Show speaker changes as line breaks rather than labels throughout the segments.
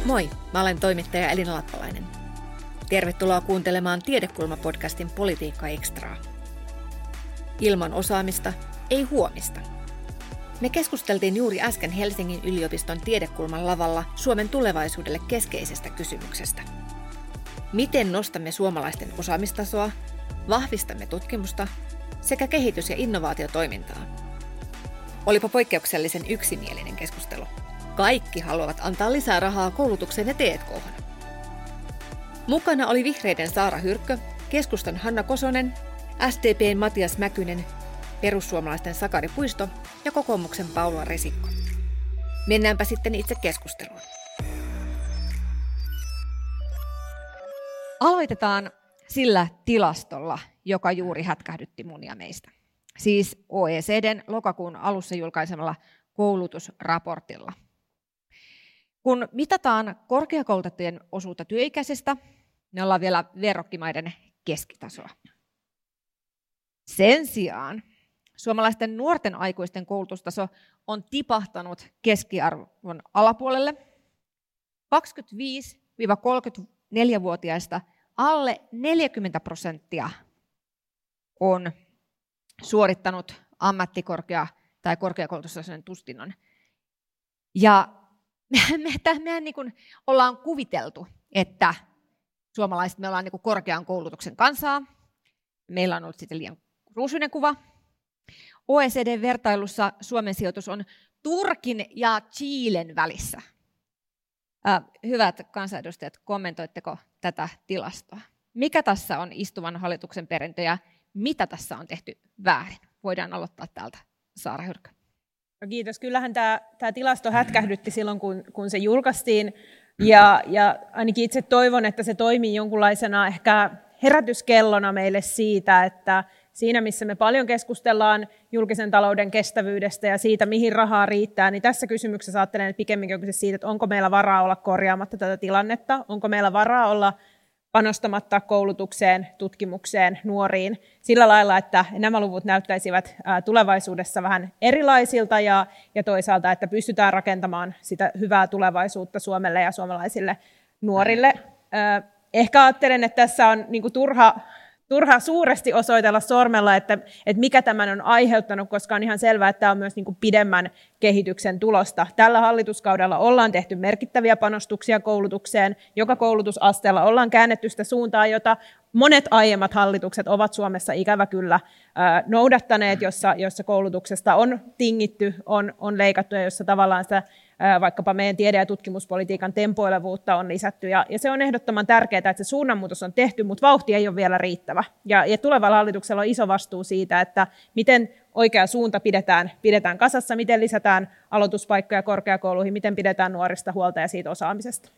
Moi, mä olen toimittaja Elina Lappalainen. Tervetuloa kuuntelemaan Tiedekulma-podcastin Politiikka Extraa. Ilman osaamista ei huomista. Me keskusteltiin juuri äsken Helsingin yliopiston Tiedekulman lavalla Suomen tulevaisuudelle keskeisestä kysymyksestä. Miten nostamme suomalaisten osaamistasoa, vahvistamme tutkimusta sekä kehitys- ja innovaatiotoimintaa? Olipa poikkeuksellisen yksimielinen keskustelu. Kaikki haluavat antaa lisää rahaa koulutukseen ja T&K:hon. Mukana oli vihreiden Saara Hyrkkö, keskustan Hanna Kosonen, SDP:n Matias Mäkynen, perussuomalaisten Sakari Puisto ja kokoomuksen Paula Risikko. Mennäänpä sitten itse keskusteluun. Aloitetaan sillä tilastolla, joka juuri hätkähdytti monia meistä. Siis OECD:n lokakuun alussa julkaisemalla koulutusraportilla. Kun mitataan korkeakoulutettujen osuutta työikäisistä, ne ollaan vielä verrokkimaiden keskitasoa. Sen sijaan suomalaisten nuorten aikuisten koulutustaso on tipahtanut keskiarvon alapuolelle. 25-34-vuotiaista alle 40% on suorittanut tai korkeakoulutustasoisen tutkinnon. Ja mehän niin kuin ollaan kuviteltu, että suomalaiset me ollaan niin kuin korkean koulutuksen kansaa. Meillä on ollut sitten liian ruusuinen kuva. OECD-vertailussa Suomen sijoitus on Turkin ja Chilen välissä. Hyvät kansanedustajat, kommentoitteko tätä tilastoa? Mikä tässä on istuvan hallituksen perintö ja mitä tässä on tehty väärin? Voidaan aloittaa täältä, Saara Hyrkkö.
No kiitos. Kyllähän tämä tilasto hätkähdytti silloin, kun se julkaistiin. Ja ainakin itse toivon, että se toimii jonkunlaisena ehkä herätyskellona meille siitä, että siinä missä me paljon keskustellaan julkisen talouden kestävyydestä ja siitä, mihin rahaa riittää, niin tässä kysymyksessä ajattelen pikemminkin kyse siitä, että onko meillä varaa olla korjaamatta tätä tilannetta, onko meillä varaa olla panostamatta koulutukseen, tutkimukseen, nuoriin sillä lailla, että nämä luvut näyttäisivät tulevaisuudessa vähän erilaisilta ja toisaalta, että pystytään rakentamaan sitä hyvää tulevaisuutta Suomelle ja suomalaisille nuorille. Ehkä ajattelen, että tässä on niin kuin turha suuresti osoitella sormella, että mikä tämän on aiheuttanut, koska on ihan selvää, että tämä on myös niin kuin pidemmän kehityksen tulosta. Tällä hallituskaudella ollaan tehty merkittäviä panostuksia koulutukseen, joka koulutusasteella ollaan käännetty sitä suuntaa, jota monet aiemmat hallitukset ovat Suomessa ikävä kyllä noudattaneet, jossa koulutuksesta on tingitty, on leikattu ja jossa tavallaan sitä vaikkapa meidän tiede- ja tutkimuspolitiikan tempoilevuutta on lisätty. Ja se on ehdottoman tärkeää, että se suunnanmuutos on tehty, mutta vauhti ei ole vielä riittävä. Ja tulevalla hallituksella on iso vastuu siitä, että miten oikea suunta pidetään kasassa, miten lisätään aloituspaikkoja korkeakouluihin, miten pidetään nuorista huolta ja siitä osaamisesta.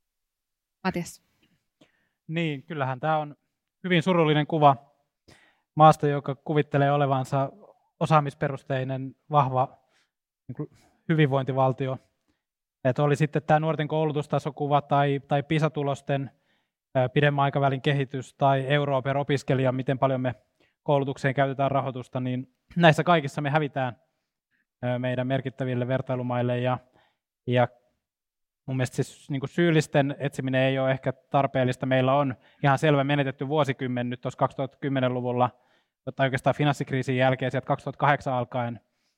Matias. Niin,
kyllähän tämä on hyvin surullinen kuva maasta, joka kuvittelee olevansa osaamisperusteinen, vahva hyvinvointivaltio. Että oli sitten tämä nuorten koulutustasokuva tai PISA-tulosten pidemmän aikavälin kehitys tai euroa per opiskelija, miten paljon me koulutukseen käytetään rahoitusta, niin näissä kaikissa me hävitään meidän merkittäville vertailumaille. Ja mun mielestä siis niin kuin syyllisten etsiminen ei ole ehkä tarpeellista. Meillä on ihan selvä menetetty vuosikymmen nyt tuossa 2010-luvulla, tai oikeastaan finanssikriisin jälkeen sieltä 2008 alkaen.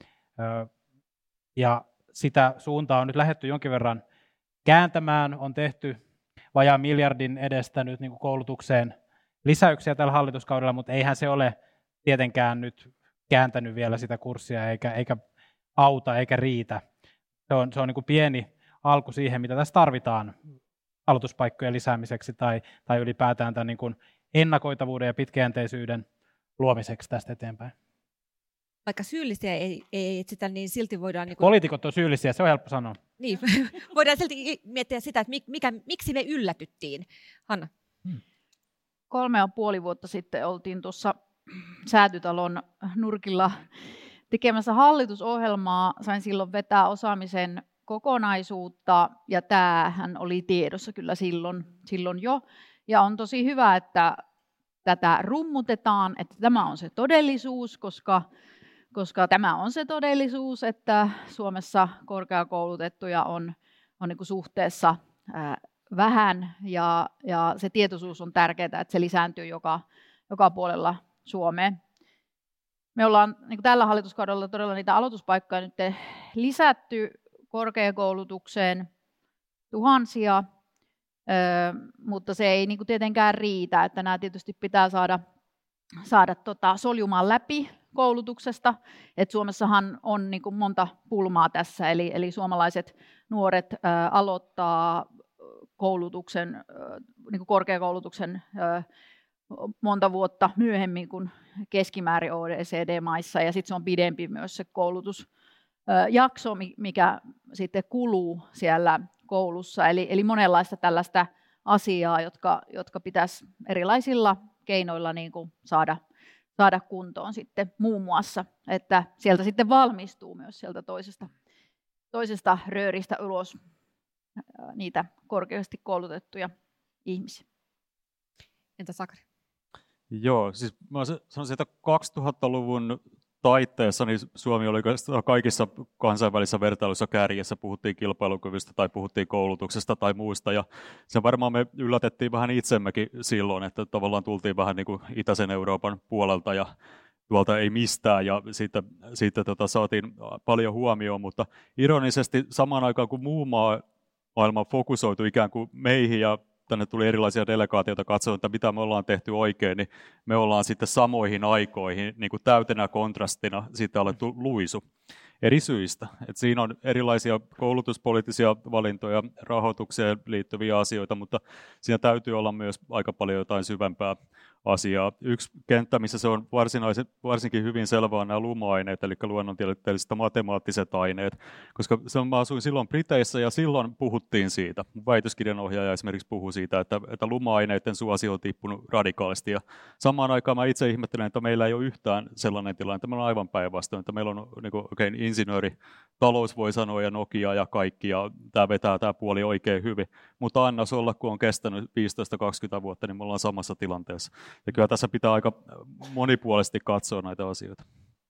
Ja sitä suuntaa on nyt lähdetty jonkin verran kääntämään. On tehty vajaan miljardin edestä nyt niin kuin koulutukseen lisäyksiä tällä hallituskaudella, mutta eihän se ole tietenkään nyt kääntänyt vielä sitä kurssia eikä auta eikä riitä. Se on niin kuin pieni alku siihen, mitä tässä tarvitaan aloituspaikkojen lisäämiseksi tai ylipäätään tämän niin kuin ennakoitavuuden ja pitkäjänteisyyden luomiseksi tästä eteenpäin.
Vaikka syyllisiä ei etsitä, niin silti voidaan...
Poliitikot on syyllisiä, se on helppo sanoa.
Niin, voidaan silti miettiä sitä, että miksi me yllätyttiin. Hanna.
3,5 vuotta sitten oltiin tuossa Säätytalon nurkilla tekemässä hallitusohjelmaa. Sain silloin vetää osaamisen kokonaisuutta, ja tämähän oli tiedossa kyllä silloin jo. Ja on tosi hyvä, että tätä rummutetaan, että tämä on se todellisuus, koska tämä on se todellisuus, että Suomessa korkeakoulutettuja on niin kuin suhteessa vähän ja se tietoisuus on tärkeää, että se lisääntyy joka puolella Suomeen. Me ollaan niin kuin tällä hallituskaudella todella niitä aloituspaikkoja nyt lisätty korkeakoulutukseen tuhansia, mutta se ei niin kuin tietenkään riitä, että nämä tietysti pitää saada soljumaan läpi koulutuksesta. Et Suomessahan on niin kuin monta pulmaa tässä, eli suomalaiset nuoret aloittaa koulutuksen, niin kuin korkeakoulutuksen monta vuotta myöhemmin kuin keskimäärin OECD-maissa, ja sitten se on pidempi myös se koulutusjakso, mikä sitten kuluu siellä koulussa. Eli monenlaista tällaista asiaa, jotka pitäisi erilaisilla keinoilla niin kuin saada kuntoon sitten muun muassa, että sieltä sitten valmistuu myös sieltä toisesta rööristä ulos niitä korkeasti koulutettuja ihmisiä.
Entä Sakari?
Joo, siis mä sanoisin, että 2000-luvun taitteessa niin Suomi oli kaikissa kansainvälisissä vertailuissa kärjessä, puhuttiin kilpailukyvystä tai puhuttiin koulutuksesta tai muista, ja sen varmaan me yllätettiin vähän itsemmekin silloin, että tavallaan tultiin vähän niin kuin itäisen Euroopan puolelta ja tuolta ei mistään, ja sitten saatiin paljon huomioon, mutta ironisesti samaan aikaan kun muu maailma fokusoitui ikään kuin meihin ja tänne tuli erilaisia delegaatioita katsomaan, että mitä me ollaan tehty oikein, niin me ollaan sitten samoihin aikoihin niin kuin täytenä kontrastina sitten alettu luisu eri syistä. Et siinä on erilaisia koulutuspoliittisia valintoja, rahoitukseen liittyviä asioita, mutta siinä täytyy olla myös aika paljon jotain syvempää asiaa. Yksi kenttä, missä se on varsinkin hyvin selvää, on nämä LUMA-aineet, eli luonnontieteelliset matemaattiset aineet, koska mä asuin silloin Briteissä ja silloin puhuttiin siitä. Väitöskirjanohjaaja esimerkiksi puhui siitä, että LUMA-aineiden suosio on tippunut radikaalisti, ja samaan aikaan mä itse ihmettelen, että meillä ei ole yhtään sellainen tilanne, että meillä on aivan päinvastoin, että meillä on niin oikein insinööritalous voi sanoa ja Nokia ja kaikki, ja tämä vetää tämä puoli oikein hyvin, mutta annas olla, kun on kestänyt 15-20 vuotta, niin me ollaan samassa tilanteessa. Ja kyllä tässä pitää aika monipuolisesti katsoa näitä asioita.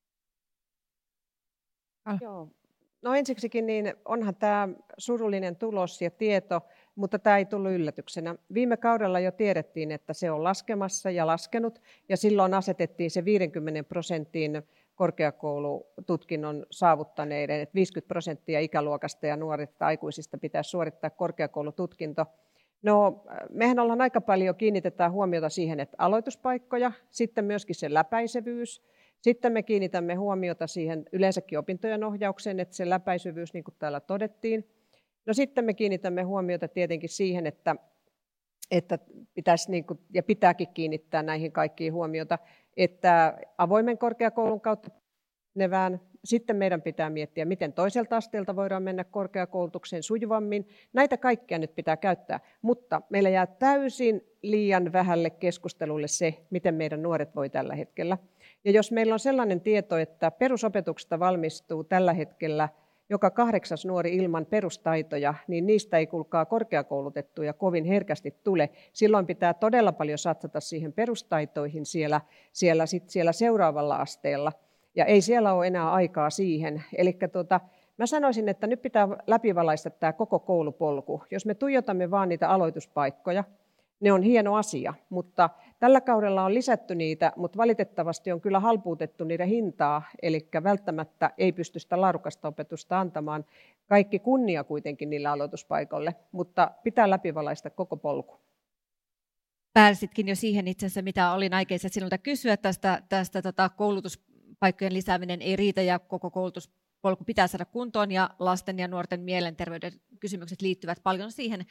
Joo. No ensiksikin niin onhan tämä surullinen tulos ja tieto, mutta tämä ei tullut yllätyksenä. Viime kaudella jo tiedettiin, että se on laskemassa ja laskenut, ja silloin asetettiin se 50% korkeakoulututkinnon saavuttaneiden, että 50% ikäluokasta ja nuorista aikuisista pitäisi suorittaa korkeakoulututkinto. No, mehän ollaan aika paljon kiinnitetään huomiota siihen, että aloituspaikkoja, sitten myöskin se läpäisevyys, sitten me kiinnitämme huomiota siihen yleensäkin opintojen ohjaukseen, että se läpäisevyys, niin kuin täällä todettiin. No sitten me kiinnitämme huomiota tietenkin siihen, että pitäisi niin kuin, ja pitääkin kiinnittää näihin kaikkiin huomiota, että avoimen korkeakoulun kautta nevään. Sitten meidän pitää miettiä, miten toiselta asteelta voidaan mennä korkeakoulutukseen sujuvammin. Näitä kaikkia nyt pitää käyttää, mutta meillä jää täysin liian vähälle keskustelulle se, miten meidän nuoret voi tällä hetkellä. Ja jos meillä on sellainen tieto, että perusopetuksesta valmistuu tällä hetkellä joka 8. nuori ilman perustaitoja, niin niistä ei kuulkaa korkeakoulutettuja kovin herkästi tule. Silloin pitää todella paljon satsata siihen perustaitoihin siellä seuraavalla asteella. Ja ei siellä ole enää aikaa siihen. Eli mä sanoisin, että nyt pitää läpivalaista tämä koko koulupolku. Jos me tuijotamme vaan niitä aloituspaikkoja, ne on hieno asia, mutta tällä kaudella on lisätty niitä, mutta valitettavasti on kyllä halpuutettu niiden hintaa, eli välttämättä ei pysty sitä laadukasta opetusta antamaan. Kaikki kunnia kuitenkin niillä aloituspaikoille, mutta pitää läpivalaista koko polku.
Pääsitkin jo siihen itse asiassa, mitä olin aikeissa sinulta kysyä tästä koulutuspaikkojen lisääminen ei riitä ja koko koulutuspolku pitää saada kuntoon ja lasten ja nuorten mielenterveyden kysymykset liittyvät paljon siihen,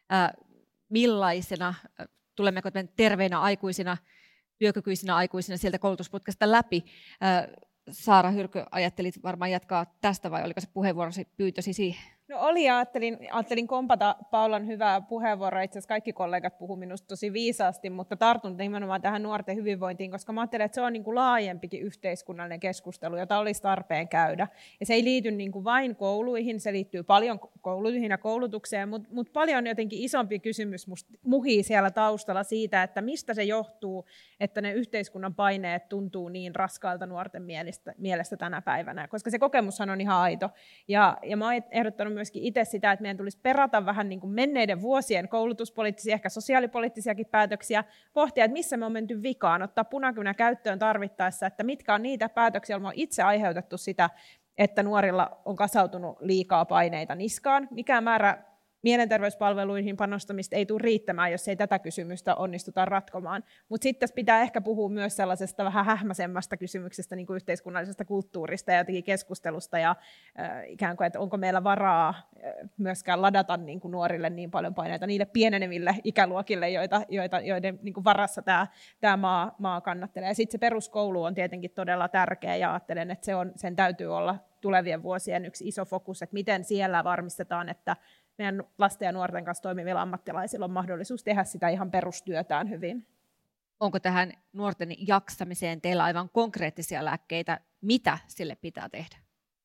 millaisena, tulemmeko me terveinä aikuisina, työkykyisinä aikuisina sieltä koulutusputkesta läpi. Saara Hyrkö, ajattelit varmaan jatkaa tästä vai oliko se puheenvuorosi pyytösi siihen?
No oli ja ajattelin kompata Paulan hyvää puheenvuoroa. Itse asiassa kaikki kollegat puhuivat minusta tosi viisaasti, mutta tartun nimenomaan tähän nuorten hyvinvointiin, koska mä ajattelen, että se on niin kuin laajempikin yhteiskunnallinen keskustelu, jota olisi tarpeen käydä. Ja se ei liity niin kuin vain kouluihin, se liittyy paljon kouluihin ja koulutukseen, mutta paljon jotenkin isompi kysymys muhii siellä taustalla siitä, että mistä se johtuu, että ne yhteiskunnan paineet tuntuu niin raskailta nuorten mielestä tänä päivänä, koska se kokemushan on ihan aito. Ja mä oon ehdottanut myös myöskin itse sitä, että meidän tulisi perata vähän niin kuin menneiden vuosien koulutuspoliittisia, ehkä sosiaalipoliittisiakin päätöksiä, pohtia, että missä me on menty vikaan, ottaa punakynä käyttöön tarvittaessa, että mitkä on niitä päätöksiä, joilla me on itse aiheutettu sitä, että nuorilla on kasautunut liikaa paineita niskaan. Mikään määrä mielenterveyspalveluihin panostamista ei tule riittämään, jos ei tätä kysymystä onnistuta ratkomaan. Mutta sitten tässä pitää ehkä puhua myös sellaisesta vähän hähmäisemmasta kysymyksestä, niin kuin yhteiskunnallisesta kulttuurista ja jotenkin keskustelusta, ja ikään kuin, että onko meillä varaa myöskään ladata niin kuin nuorille niin paljon paineita niille pieneneville ikäluokille, joiden niin kuin varassa tämä maa kannattelee. Ja sitten se peruskoulu on tietenkin todella tärkeä, ja ajattelen, että sen täytyy olla tulevien vuosien yksi iso fokus, että miten siellä varmistetaan, että meidän lasten ja nuorten kanssa toimivilla ammattilaisilla on mahdollisuus tehdä sitä ihan perustyötään hyvin.
Onko tähän nuorten jaksamiseen teillä aivan konkreettisia lääkkeitä? Mitä sille pitää tehdä?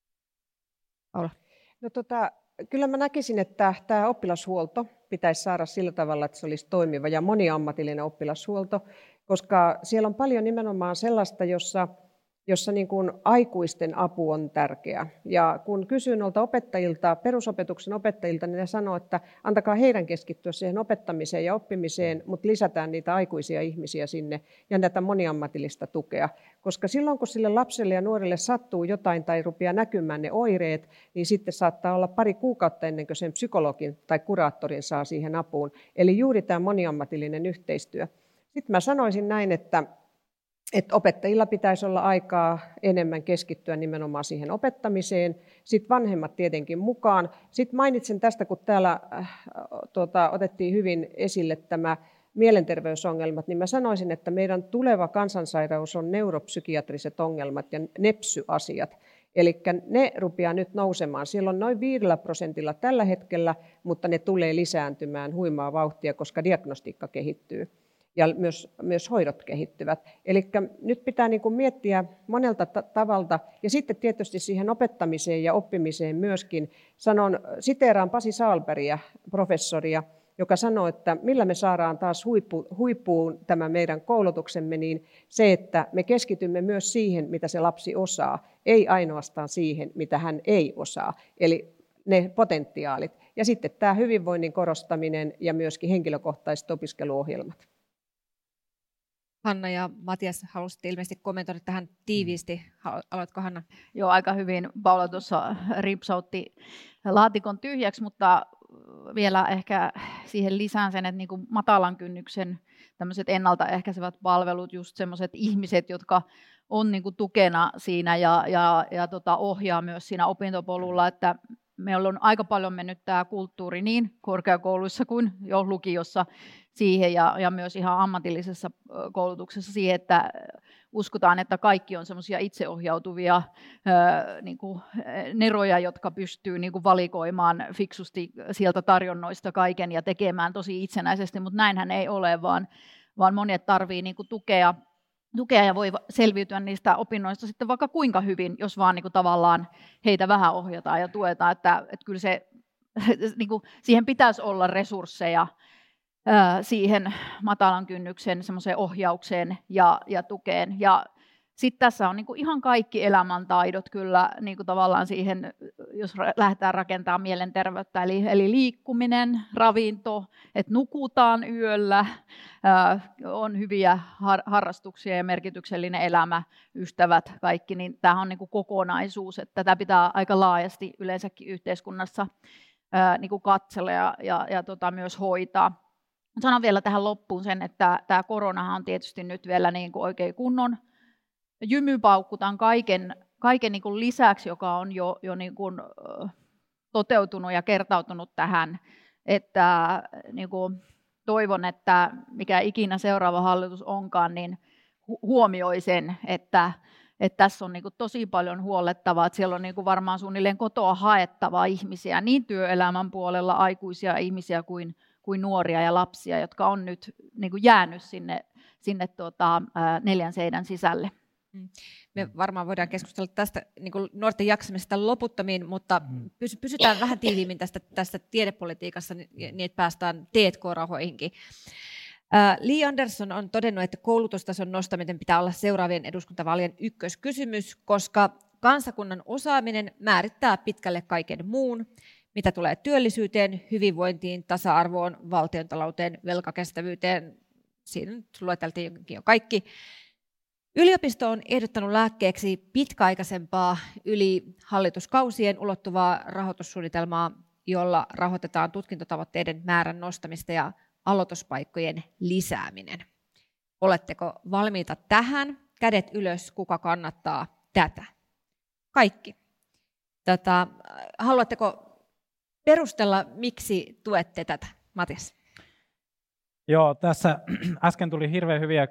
Paula.
No kyllä mä näkisin, että tämä oppilashuolto pitäisi saada sillä tavalla, että se olisi toimiva ja moniammatillinen oppilashuolto, koska siellä on paljon nimenomaan sellaista, jossa niin kuin aikuisten apu on tärkeä. Ja kun kysyn noilta opettajilta, perusopetuksen opettajilta, niin ne sanoo, että antakaa heidän keskittyä siihen opettamiseen ja oppimiseen, mutta lisätään niitä aikuisia ihmisiä sinne ja tätä moniammatillista tukea. Koska silloin, kun sille lapselle ja nuorelle sattuu jotain tai rupeaa näkymään ne oireet, niin sitten saattaa olla pari kuukautta ennen kuin sen psykologin tai kuraattorin saa siihen apuun. Eli juuri tämä moniammatillinen yhteistyö. Sitten mä sanoisin näin, että opettajilla pitäisi olla aikaa enemmän keskittyä nimenomaan siihen opettamiseen, sitten vanhemmat tietenkin mukaan. Sitten mainitsen tästä, kun täällä otettiin hyvin esille tämä mielenterveysongelmat, niin mä sanoisin, että meidän tuleva kansansairaus on neuropsykiatriset ongelmat ja nepsy-asiat. Eli ne rupeaa nyt nousemaan. Siellä on noin 5% tällä hetkellä, mutta ne tulee lisääntymään huimaa vauhtia, koska diagnostiikka kehittyy. Ja myös hoidot kehittyvät. Eli nyt pitää niin kuin miettiä monelta tavalta, ja sitten tietysti siihen opettamiseen ja oppimiseen myöskin. Siteeraan Pasi Sahlbergia, professoria, joka sanoo, että millä me saadaan taas huippuun tämä meidän koulutuksemme, niin se, että me keskitymme myös siihen, mitä se lapsi osaa, ei ainoastaan siihen, mitä hän ei osaa, eli ne potentiaalit. Ja sitten tämä hyvinvoinnin korostaminen ja myöskin henkilökohtaiset opiskeluohjelmat.
Hanna ja Matias, halusitte ilmeisesti kommentoida tähän tiiviisti. Aloitko Hanna?
Joo, aika hyvin Paula tuossa ripsautti laatikon tyhjäksi, mutta vielä ehkä siihen lisään sen, että niin kuin matalan kynnyksen tämmöiset ennaltaehkäisevät palvelut, just semmoiset ihmiset, jotka on niin kuin tukena siinä ja ohjaa myös siinä opintopolulla, että meillä on aika paljon mennyt tämä kulttuuri niin korkeakouluissa kuin jo lukiossa siihen ja myös ihan ammatillisessa koulutuksessa siihen, että uskotaan, että kaikki on semmoisia itseohjautuvia niin kuin neroja, jotka pystyy niin kuin valikoimaan fiksusti sieltä tarjonnoista kaiken ja tekemään tosi itsenäisesti, mutta näinhän ei ole, vaan monet tarvitsee niin kuin tukea ja voi selviytyä niistä opinnoista sitten vaikka kuinka hyvin, jos vaan niin kuin tavallaan heitä vähän ohjataan ja tuetaan, että kyllä se, niin kuin, siihen pitäisi olla resursseja siihen matalan kynnyksen semmoiseen ohjaukseen ja tukeen. Ja sitten tässä on niin kuin ihan kaikki elämäntaidot kyllä niin kuin tavallaan siihen, jos lähdetään rakentamaan mielenterveyttä, eli liikkuminen, ravinto, että nukutaan yöllä, on hyviä harrastuksia ja merkityksellinen elämä, ystävät, kaikki, niin tämä on niin kuin kokonaisuus, että tätä pitää aika laajasti yleensäkin yhteiskunnassa niin kuin katsella ja myös hoitaa. Sanon vielä tähän loppuun sen, että tämä koronahan on tietysti nyt vielä niin kuin oikein kunnon jymypaukku tämän kaiken niin kuin lisäksi, joka on jo niin kuin toteutunut ja kertautunut tähän, että niin kuin toivon, että mikä ikinä seuraava hallitus onkaan, niin huomioi sen, että tässä on niin kuin tosi paljon huollettavaa, että siellä on niin kuin varmaan suunnilleen kotoa haettavaa ihmisiä, niin työelämän puolella aikuisia ihmisiä kuin nuoria ja lapsia, jotka on nyt niin kuin jäänyt sinne neljän seinän sisälle.
Me varmaan voidaan keskustella tästä niin kuin nuorten jaksamisesta loputtomiin, mutta pysytään vähän tiiviimmin tästä tiedepolitiikassa niin, että päästään T&K-rahoihinkin. Li Andersson on todennut, että koulutustason nostaminen pitää olla seuraavien eduskuntavaalien ykköskysymys, koska kansakunnan osaaminen määrittää pitkälle kaiken muun. mitä tulee työllisyyteen, hyvinvointiin, tasa-arvoon, valtiontalouteen, velkakestävyyteen. Siinä nyt lueteltiin jo kaikki. Yliopisto on ehdottanut lääkkeeksi pitkäaikaisempaa yli hallituskausien ulottuvaa rahoitussuunnitelmaa, jolla rahoitetaan tutkintotavoitteiden määrän nostamista ja aloituspaikkojen lisääminen. Oletteko valmiita tähän? Kädet ylös, kuka kannattaa tätä? Kaikki. Haluatteko perustella, miksi tuette tätä? Matias.
Joo, tässä äsken tuli hirveän hyviä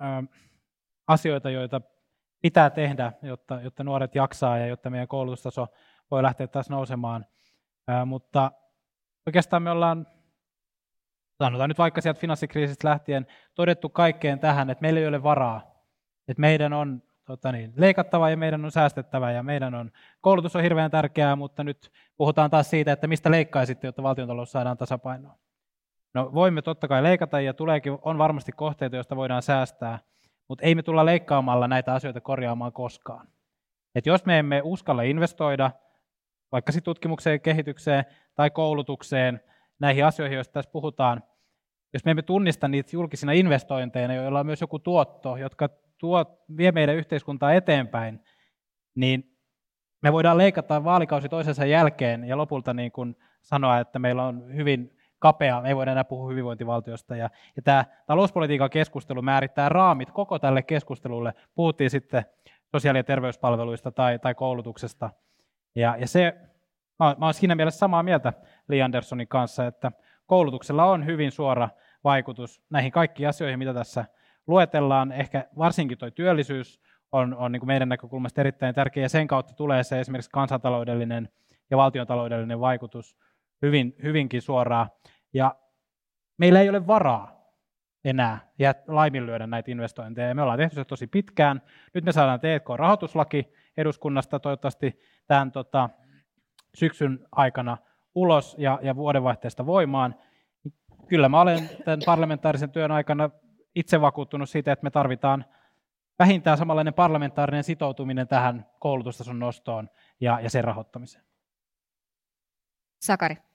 asioita, joita pitää tehdä, jotta nuoret jaksaa ja jotta meidän koulutustaso voi lähteä taas nousemaan. Mutta oikeastaan me ollaan, sanotaan nyt vaikka sieltä finanssikriisistä lähtien, todettu kaikkeen tähän, että meillä ei ole varaa. Että meidän on leikattava ja meidän on säästettävä ja koulutus on hirveän tärkeää, mutta nyt puhutaan taas siitä, että mistä leikkaisitte, jotta valtiontalous saadaan tasapainoon. No voimme totta kai leikata ja on varmasti kohteita, joista voidaan säästää, mutta ei me tulla leikkaamalla näitä asioita korjaamaan koskaan. Et jos me emme uskalla investoida, vaikka tutkimukseen, kehitykseen tai koulutukseen, näihin asioihin, joista tässä puhutaan, jos me emme tunnista niitä julkisina investointeina, joilla on myös joku tuotto, jotka vie meidän yhteiskuntaa eteenpäin, niin me voidaan leikata vaalikausi toisensa jälkeen ja lopulta niin kuin sanoa, että meillä on hyvin kapea, me ei voida enää puhua hyvinvointivaltiosta. Ja tämä talouspolitiikan keskustelu määrittää raamit koko tälle keskustelulle. Puhuttiin sitten sosiaali- ja terveyspalveluista tai koulutuksesta. Ja mä olen siinä mielessä samaa mieltä Li Anderssonin kanssa, että koulutuksella on hyvin suora vaikutus näihin kaikkiin asioihin, mitä tässä luetellaan. Ehkä varsinkin tuo työllisyys on niin kuin meidän näkökulmasta erittäin tärkeä, ja sen kautta tulee se esimerkiksi kansantaloudellinen ja valtiontaloudellinen vaikutus hyvinkin suoraan. Ja meillä ei ole varaa enää laiminlyödä näitä investointeja. Me ollaan tehty se tosi pitkään. Nyt me saadaan T&K-rahoituslaki eduskunnasta toivottavasti tämän syksyn aikana ulos ja vuodenvaihteesta voimaan. Kyllä mä olen tämän parlamentaarisen työn aikana itse vakuuttunut siitä, että me tarvitaan vähintään samanlainen parlamentaarinen sitoutuminen tähän koulutustason nostoon ja sen rahoittamiseen.
Sakari.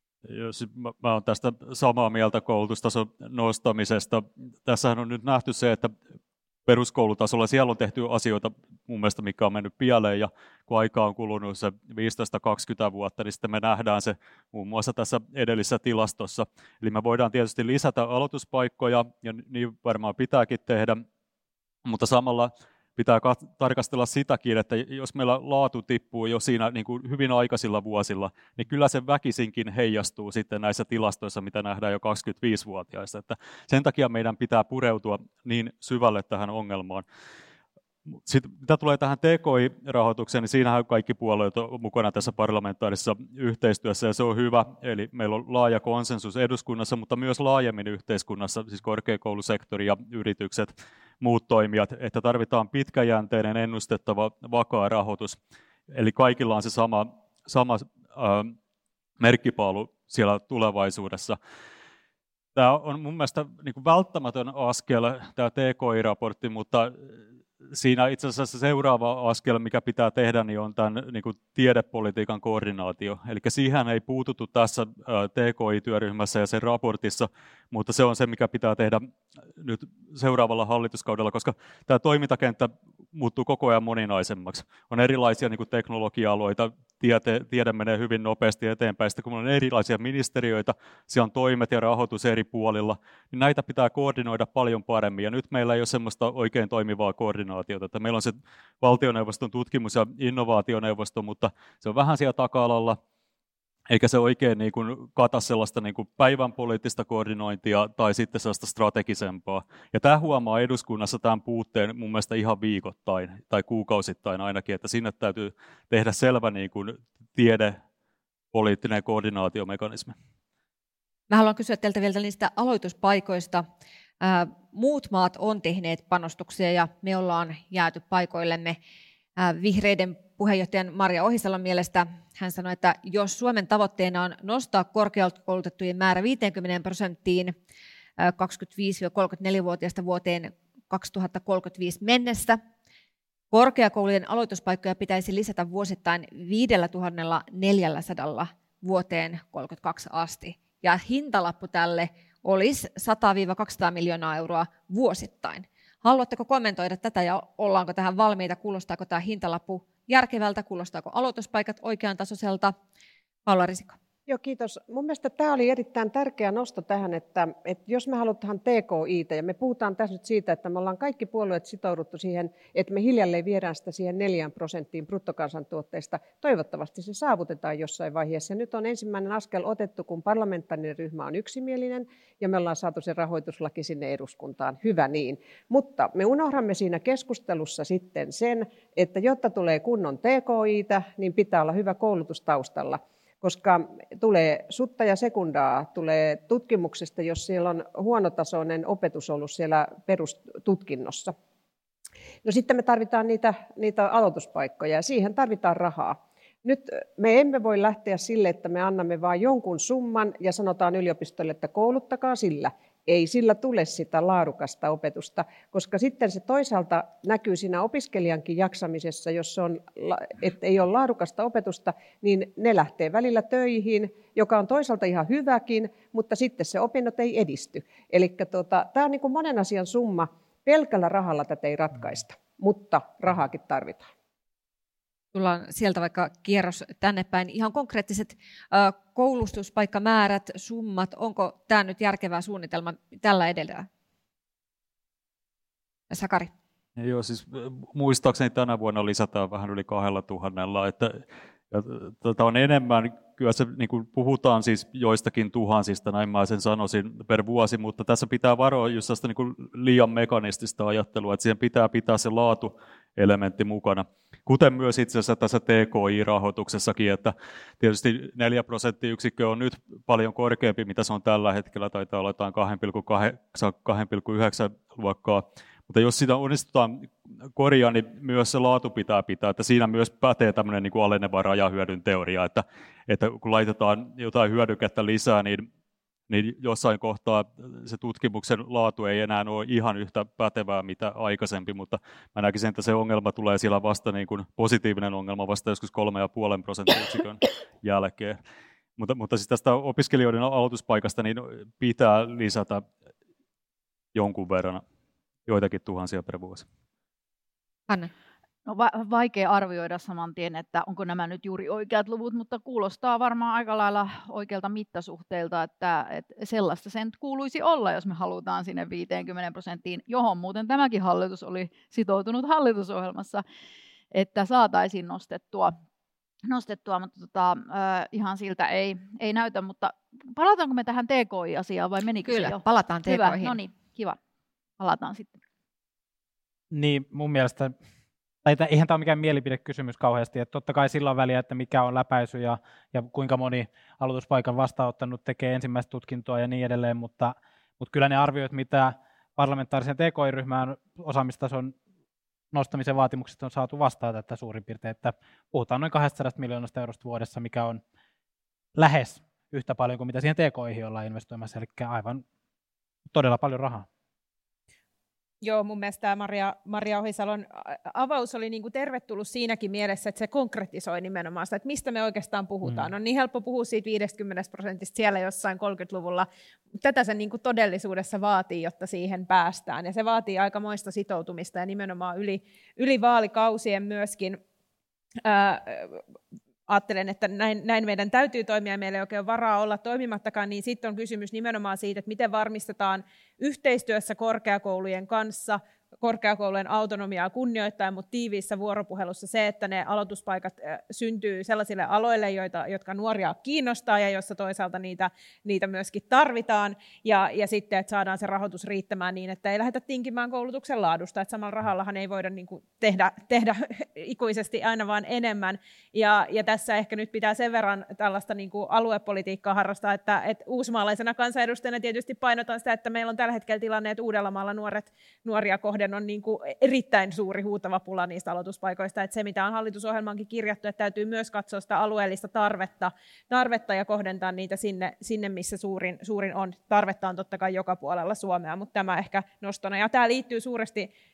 Mä olen tästä samaa mieltä koulutustason nostamisesta. Tässähän on nyt nähty se, että peruskoulutasolla siellä on tehty asioita mun mielestä, mikä on mennyt pieleen, ja kun aikaa on kulunut se 15-20 vuotta, niin sitten me nähdään se muun muassa tässä edellisessä tilastossa. Eli me voidaan tietysti lisätä aloituspaikkoja, ja niin varmaan pitääkin tehdä, mutta samalla pitää tarkastella sitäkin, että jos meillä laatu tippuu jo siinä niin kuin hyvin aikaisilla vuosilla, niin kyllä se väkisinkin heijastuu sitten näissä tilastoissa, mitä nähdään jo 25-vuotiaissa. Että sen takia meidän pitää pureutua niin syvälle tähän ongelmaan. Sitten mitä tulee tähän TKI-rahoitukseen, niin siinähän kaikki puolueet on mukana tässä parlamentaarisessa yhteistyössä, ja se on hyvä. Eli meillä on laaja konsensus eduskunnassa, mutta myös laajemmin yhteiskunnassa, siis korkeakoulusektori ja yritykset, muut toimijat, että tarvitaan pitkäjänteinen, ennustettava, vakaa rahoitus. Eli kaikilla on se sama merkkipaalu siellä tulevaisuudessa. Tämä on mun mielestä niin kuin välttämätön askel, tämä TKI-raportti, mutta siinä itse asiassa seuraava askel, mikä pitää tehdä, niin on tämän niin kuin tiedepolitiikan koordinaatio. Eli siihen ei puututtu tässä TKI-työryhmässä ja sen raportissa, mutta se on se, mikä pitää tehdä nyt seuraavalla hallituskaudella, koska tämä toimintakenttä muuttuu koko ajan moninaisemmaksi. On erilaisia niin kuin teknologia-aloita, tiede menee hyvin nopeasti eteenpäin. Sitten kun on erilaisia ministeriöitä, siellä on toimet ja rahoitus eri puolilla, niin näitä pitää koordinoida paljon paremmin. Ja nyt meillä ei ole semmoista oikein toimivaa koordinaatiota. Että meillä on se valtioneuvoston tutkimus- ja innovaationeuvosto, mutta se on vähän siellä taka-alalla, eikä se oikein niin kuin kata sellaista niin kuin päivän poliittista koordinointia tai sitten sellaista strategisempaa. Ja tämä huomaa eduskunnassa tämän puutteen mun mielestä ihan viikoittain tai kuukausittain ainakin, että sinne täytyy tehdä selvä niin kuin tiedepoliittinen koordinaatiomekanismi.
Mä haluan kysyä teiltä vielä niistä aloituspaikoista. Muut maat on tehneet panostuksia ja me ollaan jääty paikoillemme. Vihreiden puheenjohtajan Maria Ohisalon mielestä hän sanoi, että jos Suomen tavoitteena on nostaa korkeakoulutettujen määrä 50% 25-34-vuotiaista vuoteen 2035 mennessä, korkeakoulujen aloituspaikkoja pitäisi lisätä vuosittain 5400 vuoteen 2032 asti. Ja hintalappu tälle olisi 100-200 miljoonaa euroa vuosittain. Haluatteko kommentoida tätä ja ollaanko tähän valmiita? Kuulostaako tämä hintalappu järkevältä? Kuulostaako aloituspaikat oikean tasoiselta? Paula Risikko.
Joo, kiitos. Mun mielestä tämä oli erittäin tärkeä nosto tähän, että jos me halutaan TKI:tä, ja me puhutaan tässä nyt siitä, että me ollaan kaikki puolueet sitouduttu siihen, että me hiljalleen viedään sitä siihen 4% bruttokansantuotteesta. Toivottavasti se saavutetaan jossain vaiheessa. Ja nyt on ensimmäinen askel otettu, kun parlamentaarinen ryhmä on yksimielinen, ja me ollaan saatu se rahoituslaki sinne eduskuntaan. Hyvä niin. Mutta me unohdamme siinä keskustelussa sitten sen, että jotta tulee kunnon TKI:tä, niin pitää olla hyvä koulutus taustalla. Koska tulee sutta ja sekundaa, tulee tutkimuksesta, jos siellä on huonotasoinen opetus ollut siellä perustutkinnossa. No sitten me tarvitaan niitä aloituspaikkoja ja siihen tarvitaan rahaa. Nyt me emme voi lähteä sille, että me annamme vain jonkun summan ja sanotaan yliopistolle, että kouluttakaa sillä. Ei sillä tule sitä laadukasta opetusta, koska sitten se toisaalta näkyy siinä opiskelijankin jaksamisessa, jos että ei ole laadukasta opetusta, niin ne lähtee välillä töihin, joka on toisaalta ihan hyväkin, mutta sitten se opinnot ei edisty. Eli tämä on niin kuin monen asian summa, pelkällä rahalla tätä ei ratkaista, mutta rahaakin tarvitaan.
Tullaan sieltä vaikka kierros tänne päin. Ihan konkreettiset koulutuspaikkamäärät, summat, onko tämä nyt järkevä suunnitelma tällä edellä? Sakari.
Joo, siis muistaakseni tänä vuonna lisätään vähän yli 2000, että on enemmän, kyllä se, niin kuin puhutaan siis joistakin tuhansista, näin mä sen sanoisin, per vuosi, mutta tässä pitää varoa just sellaista niin kuin liian mekanistista ajattelua, että siihen pitää pitää se laatuelementti mukana. Kuten myös itse asiassa tässä TKI-rahoituksessakin, että tietysti 4% on nyt paljon korkeampi, mitä se on tällä hetkellä, taitaa olla jotain 2,8-2,9 luokkaa. Mutta jos sitä onnistutaan korjaa, niin myös se laatu pitää, että siinä myös pätee tämmöinen niin kuin aleneva rajahyödyn teoria, että kun laitetaan jotain hyödykettä lisää, niin jossain kohtaa se tutkimuksen laatu ei enää ole ihan yhtä pätevää mitä aikaisempi, mutta mä näkisin, että se ongelma tulee siellä vasta niin kuin positiivinen ongelma vasta joskus 3,5% jälkeen. Mutta siis tästä opiskelijoiden aloituspaikasta niin pitää lisätä jonkun verran, joitakin tuhansia per vuosi.
Anne.
No, vaikea arvioida saman tien, että onko nämä nyt juuri oikeat luvut, mutta kuulostaa varmaan aika lailla oikealta mittasuhteilta, että sellaista sen kuuluisi olla, jos me halutaan sinne 50%, johon muuten tämäkin hallitus oli sitoutunut hallitusohjelmassa, että saataisiin nostettua, mutta ihan siltä ei näytä, mutta palataanko me tähän TKI-asiaan vai menikö
Kyllä,
se jo?
palataan TKI:hin.
Hyvä, no niin, kiva. Palataan sitten.
Niin, mun mielestä, eihän tämä ole mikään mielipidekysymys kauheasti, että totta kai sillä on väliä, että mikä on läpäisy ja kuinka moni aloituspaikan vastaanottanut tekee ensimmäistä tutkintoa ja niin edelleen, mutta kyllä ne arvioit, mitä parlamentaarisen TKI-ryhmään osaamistason nostamisen vaatimukset on saatu vastaan tätä suurin piirtein, että puhutaan noin 200 miljoonasta eurosta vuodessa, mikä on lähes yhtä paljon kuin mitä siihen TKI:hin ollaan investoimassa, eli aivan todella paljon rahaa.
Joo, mun mielestä tämä Maria Ohisalon avaus oli niin kuin tervetullut siinäkin mielessä, että se konkretisoi nimenomaan sitä, että mistä me oikeastaan puhutaan. On niin helppo puhua siitä 50% siellä jossain 30-luvulla. Tätä se niin kuin todellisuudessa vaatii, jotta siihen päästään. Ja se vaatii aikamoista sitoutumista ja nimenomaan yli vaalikausien myöskin. Ajattelen, että näin meidän täytyy toimia, meillä ei oikein ole varaa olla toimimattakaan, niin sitten on kysymys nimenomaan siitä, että miten varmistetaan yhteistyössä korkeakoulujen kanssa, korkeakoulujen autonomiaa kunnioittaen, mutta tiiviissä vuoropuhelussa se, että ne aloituspaikat syntyy sellaisille aloille, jotka nuoria kiinnostaa ja joissa toisaalta niitä myöskin tarvitaan, ja sitten, että saadaan se rahoitus riittämään niin, että ei lähdetä tinkimään koulutuksen laadusta, että samalla rahallahan ei voida niin kuin tehdä ikuisesti aina vaan enemmän, ja tässä ehkä nyt pitää sen verran tällaista niin kuin aluepolitiikkaa harrastaa, että uusmaalaisena kansanedustajana tietysti painotan sitä, että meillä on tällä hetkellä tilanne, että Uudellamaalla nuoria kohden on niin kuin erittäin suuri huutava pula niistä aloituspaikoista, että se mitä on hallitusohjelmaankin kirjattu, että täytyy myös katsoa sitä alueellista tarvetta ja kohdentaa niitä sinne missä suurin on. Tarvetta on totta kai joka puolella Suomea, mutta tämä ehkä nostona. Ja tämä liittyy suuresti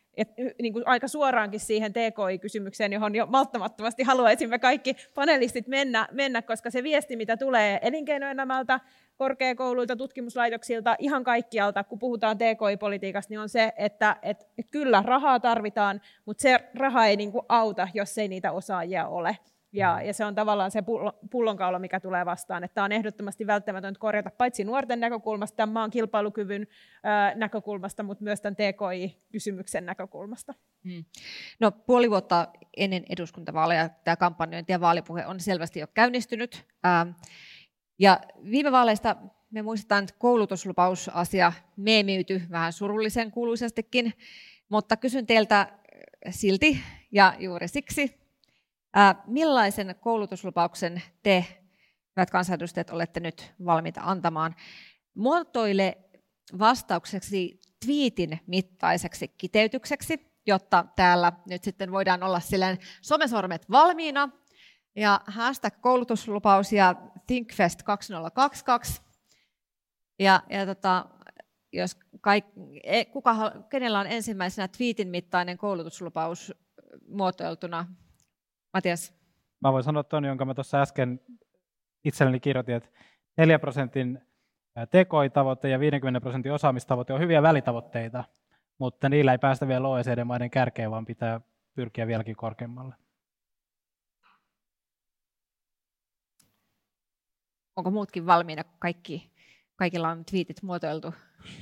niin kuin aika suoraankin siihen TKI-kysymykseen, johon jo malttamattomasti haluaisimme kaikki panelistit mennä, koska se viesti, mitä tulee elinkeinoelämältä, korkeakouluilta, tutkimuslaitoksilta, ihan kaikkialta, kun puhutaan TKI-politiikasta, niin on se, että kyllä rahaa tarvitaan, mutta se raha ei niin kuin auta, jos ei niitä osaajia ole. Ja se on tavallaan se pullonkaula, mikä tulee vastaan. Että tämä on ehdottomasti välttämätöntä korjata paitsi nuorten näkökulmasta, tämän maan kilpailukyvyn näkökulmasta, mutta myös tämän TKI-kysymyksen näkökulmasta.
No, puoli vuotta ennen eduskuntavaaleja tämä kampanjointi ja vaalipuhe on selvästi jo käynnistynyt. Ja viime vaaleista me muistetaan, että koulutuslupausasia meemiytyi vähän surullisen kuuluisestikin, mutta kysyn teiltä silti ja juuri siksi, millaisen koulutuslupauksen te, hyvät kansanedustajat, olette nyt valmiita antamaan? Muotoile vastaukseksi twiitin mittaiseksi kiteytykseksi, jotta täällä nyt sitten voidaan olla silleen somesormet valmiina. Ja hashtag koulutuslupaus ja ThinkFest 2022. Jos kenellä on ensimmäisenä twiitin mittainen koulutuslupaus muotoiltuna? Matias?
Mä voin sanoa tuon, jonka mä tuossa äsken itselleni kirjoitin, että 4% TKI-tavoite ja 50% osaamistavoite on hyviä välitavoitteita, mutta niillä ei päästä vielä OECD-maiden kärkeen, vaan pitää pyrkiä vieläkin korkeammalle.
Onko muutkin valmiina? Kaikilla on twiitit muotoiltu.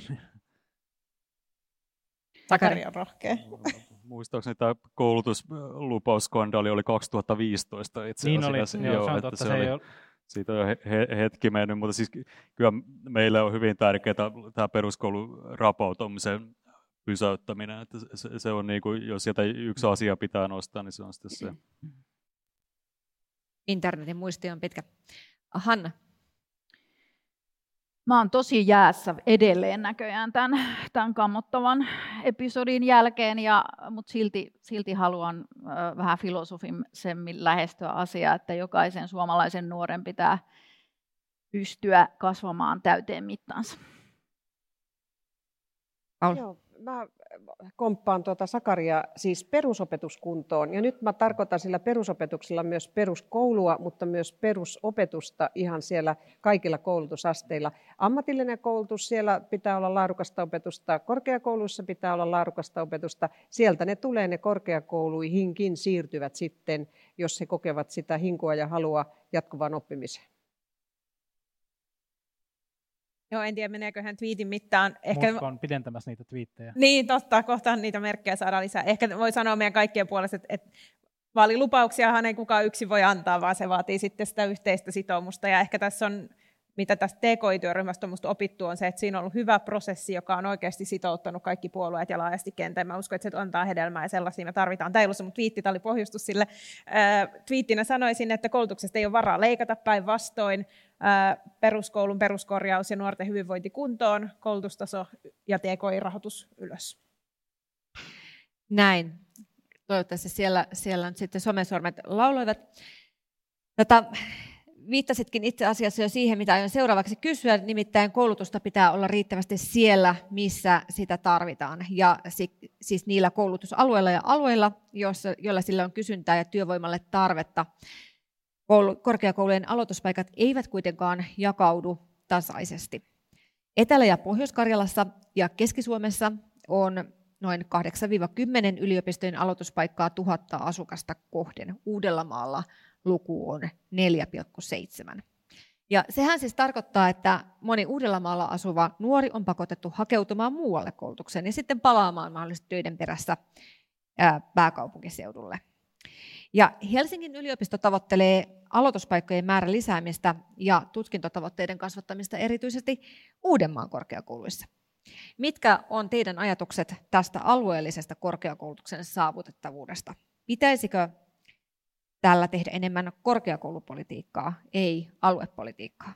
Sakari on rohkea.
Muistaakseni tämä koulutuslupausskandaali oli 2015 itse asiassa.
Niin oli, joo, se on totta.
Siitä on jo hetki mennyt, mutta siis kyllä meille on hyvin tärkeää tämä peruskoulun rapautumisen pysäyttäminen. Että se on niin kuin, jos sieltä yksi asia pitää nostaa, niin se on sitten se.
Internetin muisti on pitkä. Hanna?
Mä oon tosi jäässä edelleen näköjään tämän kammottavan episodin jälkeen, mutta silti haluan vähän filosofisemmin lähestyä asiaa, että jokaisen suomalaisen nuoren pitää pystyä kasvamaan täyteen mittaansa.
Joo, mä komppaan Sakaria siis perusopetuskuntoon. Ja nyt mä tarkoitan sillä perusopetuksella myös peruskoulua, mutta myös perusopetusta ihan siellä kaikilla koulutusasteilla. Ammatillinen koulutus, siellä pitää olla laadukasta opetusta, korkeakouluissa pitää olla laadukasta opetusta. Sieltä ne tulee, ne korkeakouluihinkin siirtyvät sitten, jos he kokevat sitä hinkua ja halua jatkuvaan oppimiseen.
Joo, en tiedä, meneeköhän twiitin mittaan.
Ehkä on pidentämässä niitä twiittejä.
Niin, totta. Kohtaan niitä merkkejä saadaan lisää. Ehkä voi sanoa meidän kaikkien puolesta, että vaalilupauksiahan ei kukaan yksin voi antaa, vaan se vaatii sitten sitä yhteistä sitoumusta. Ja ehkä tässä on, mitä tästä TKI-työryhmästä on musta opittu, on se, että siinä on ollut hyvä prosessi, joka on oikeasti sitouttanut kaikki puolueet ja laajasti kentän. Mä uskon, että se antaa hedelmää ja sellaisia me tarvitaan. Tämä ei ollut se mun twiitti, tämä oli pohjustus sille. Twiittinä sanoisin, että koulutuksesta ei ole varaa leikata, päinvastoin. Peruskoulun peruskorjaus ja nuorten hyvinvointi kuntoon, koulutustaso ja TKI-rahoitus ylös.
Näin. Toivottavasti siellä nyt sitten somesormet lauloivat. Viittasitkin itse asiassa jo siihen, mitä aion seuraavaksi kysyä, nimittäin koulutusta pitää olla riittävästi siellä, missä sitä tarvitaan. Ja siis niillä koulutusalueilla ja alueilla, joilla sillä on kysyntää ja työvoimalle tarvetta. Korkeakoulujen aloituspaikat eivät kuitenkaan jakaudu tasaisesti. Etelä- ja Pohjois-Karjalassa ja Keski-Suomessa on noin 8-10 yliopistojen aloituspaikkaa 1000 asukasta kohden. Uudellamaalla luku on 4,7. Ja sehän siis tarkoittaa, että moni Uudellamaalla asuva nuori on pakotettu hakeutumaan muualle koulutukseen ja sitten palaamaan mahdollisesti töiden perässä pääkaupunkiseudulle. Ja Helsingin yliopisto tavoittelee aloituspaikkojen määrän lisäämistä ja tutkintotavoitteiden kasvattamista erityisesti Uudenmaan korkeakouluissa. Mitkä on teidän ajatukset tästä alueellisesta korkeakoulutuksen saavutettavuudesta? Pitäisikö tällä tehdä enemmän korkeakoulupolitiikkaa, ei aluepolitiikkaa?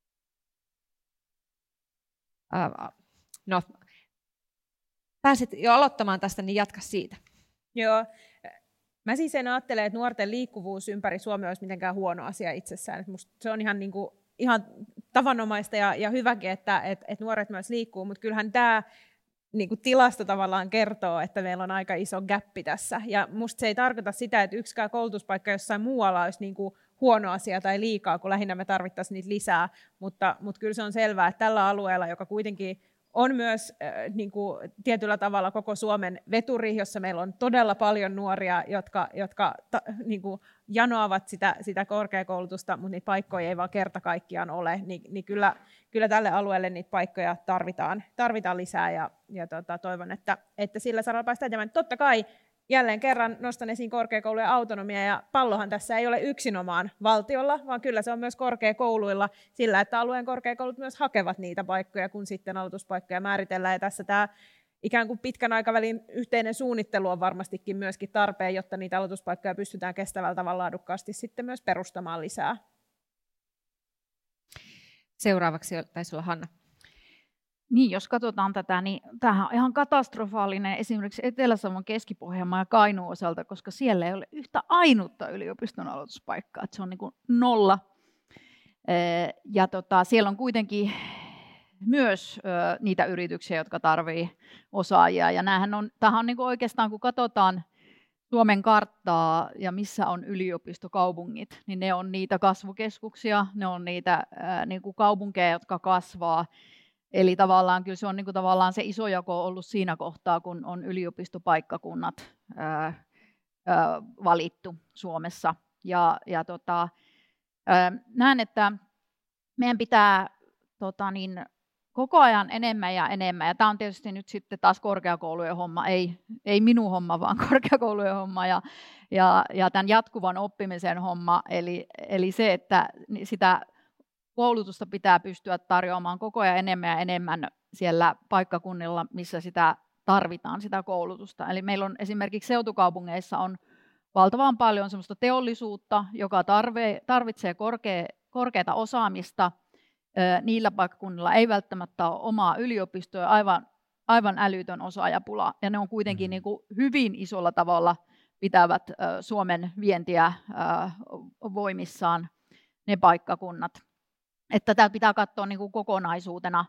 No, pääsit jo aloittamaan tästä, niin jatka siitä.
Joo. Mä siis en ajattele, että nuorten liikkuvuus ympäri Suomea olisi mitenkään huono asia itsessään. Musta se on ihan tavanomaista ja hyväkin, että nuoret myös liikkuu, mutta kyllähän tämä niin kuin tilasto tavallaan kertoo, että meillä on aika iso gappi tässä. Ja musta se ei tarkoita sitä, että yksikään koulutuspaikka jossain muualla olisi niin kuin huono asia tai liikaa, kun lähinnä me tarvittaisiin niitä lisää. Mutta kyllä se on selvää, että tällä alueella, joka kuitenkin on myös niin kuin tietyllä tavalla koko Suomen veturi, jossa meillä on todella paljon nuoria, jotka niin kuin janoavat sitä korkeakoulutusta, mutta niitä paikkoja ei vaan kerta kaikkiaan ole, niin kyllä tälle alueelle niitä paikkoja tarvitaan lisää ja toivon, että sillä saralla päästään eteenpäin. Totta kai jälleen kerran nostan esiin korkeakoulujen autonomia, ja pallohan tässä ei ole yksinomaan valtiolla, vaan kyllä se on myös korkeakouluilla sillä, että alueen korkeakoulut myös hakevat niitä paikkoja, kun sitten aloituspaikkoja määritellään. Ja tässä tämä ikään kuin pitkän aikavälin yhteinen suunnittelu on varmastikin myöskin tarpeen, jotta niitä aloituspaikkoja pystytään kestävällä tavalla laadukkaasti sitten myös perustamaan lisää.
Seuraavaksi taisi olla Hanna.
Niin, jos katsotaan tätä, niin tämähän on ihan katastrofaalinen esimerkiksi Etelä-Savon, Keski-Pohjanmaan ja Kainuun osalta, koska siellä ei ole yhtä ainutta yliopiston aloituspaikkaa, että se on niin kuin 0. Ja siellä on kuitenkin myös niitä yrityksiä, jotka tarvitsevat osaajia. Ja tämähän on niin kuin oikeastaan, kun katsotaan Suomen karttaa ja missä on yliopistokaupungit, niin ne on niitä kasvukeskuksia, ne on niitä niin kuin kaupunkeja, jotka kasvaa. Eli tavallaan kyllä se on niin kuin tavallaan se iso jako ollut siinä kohtaa, kun on yliopistopaikkakunnat valittu Suomessa. Näen, että meidän pitää koko ajan enemmän ja enemmän, ja tämä on tietysti nyt sitten taas korkeakoulujen homma, ei minun homma, vaan korkeakoulujen homma ja tämän jatkuvan oppimisen homma, eli se, että sitä koulutusta pitää pystyä tarjoamaan koko ajan enemmän ja enemmän siellä paikkakunnilla, missä sitä tarvitaan, sitä koulutusta. Eli meillä on esimerkiksi seutukaupungeissa on valtavan paljon sellaista teollisuutta, joka tarvitsee korkeata osaamista. Niillä paikkakunnilla ei välttämättä ole omaa yliopistoa, aivan älytön osaajapula, ja ne on kuitenkin niin kuin hyvin isolla tavalla pitävät Suomen vientiä voimissaan, ne paikkakunnat. Että tämä pitää katsoa niin kuin kokonaisuutena.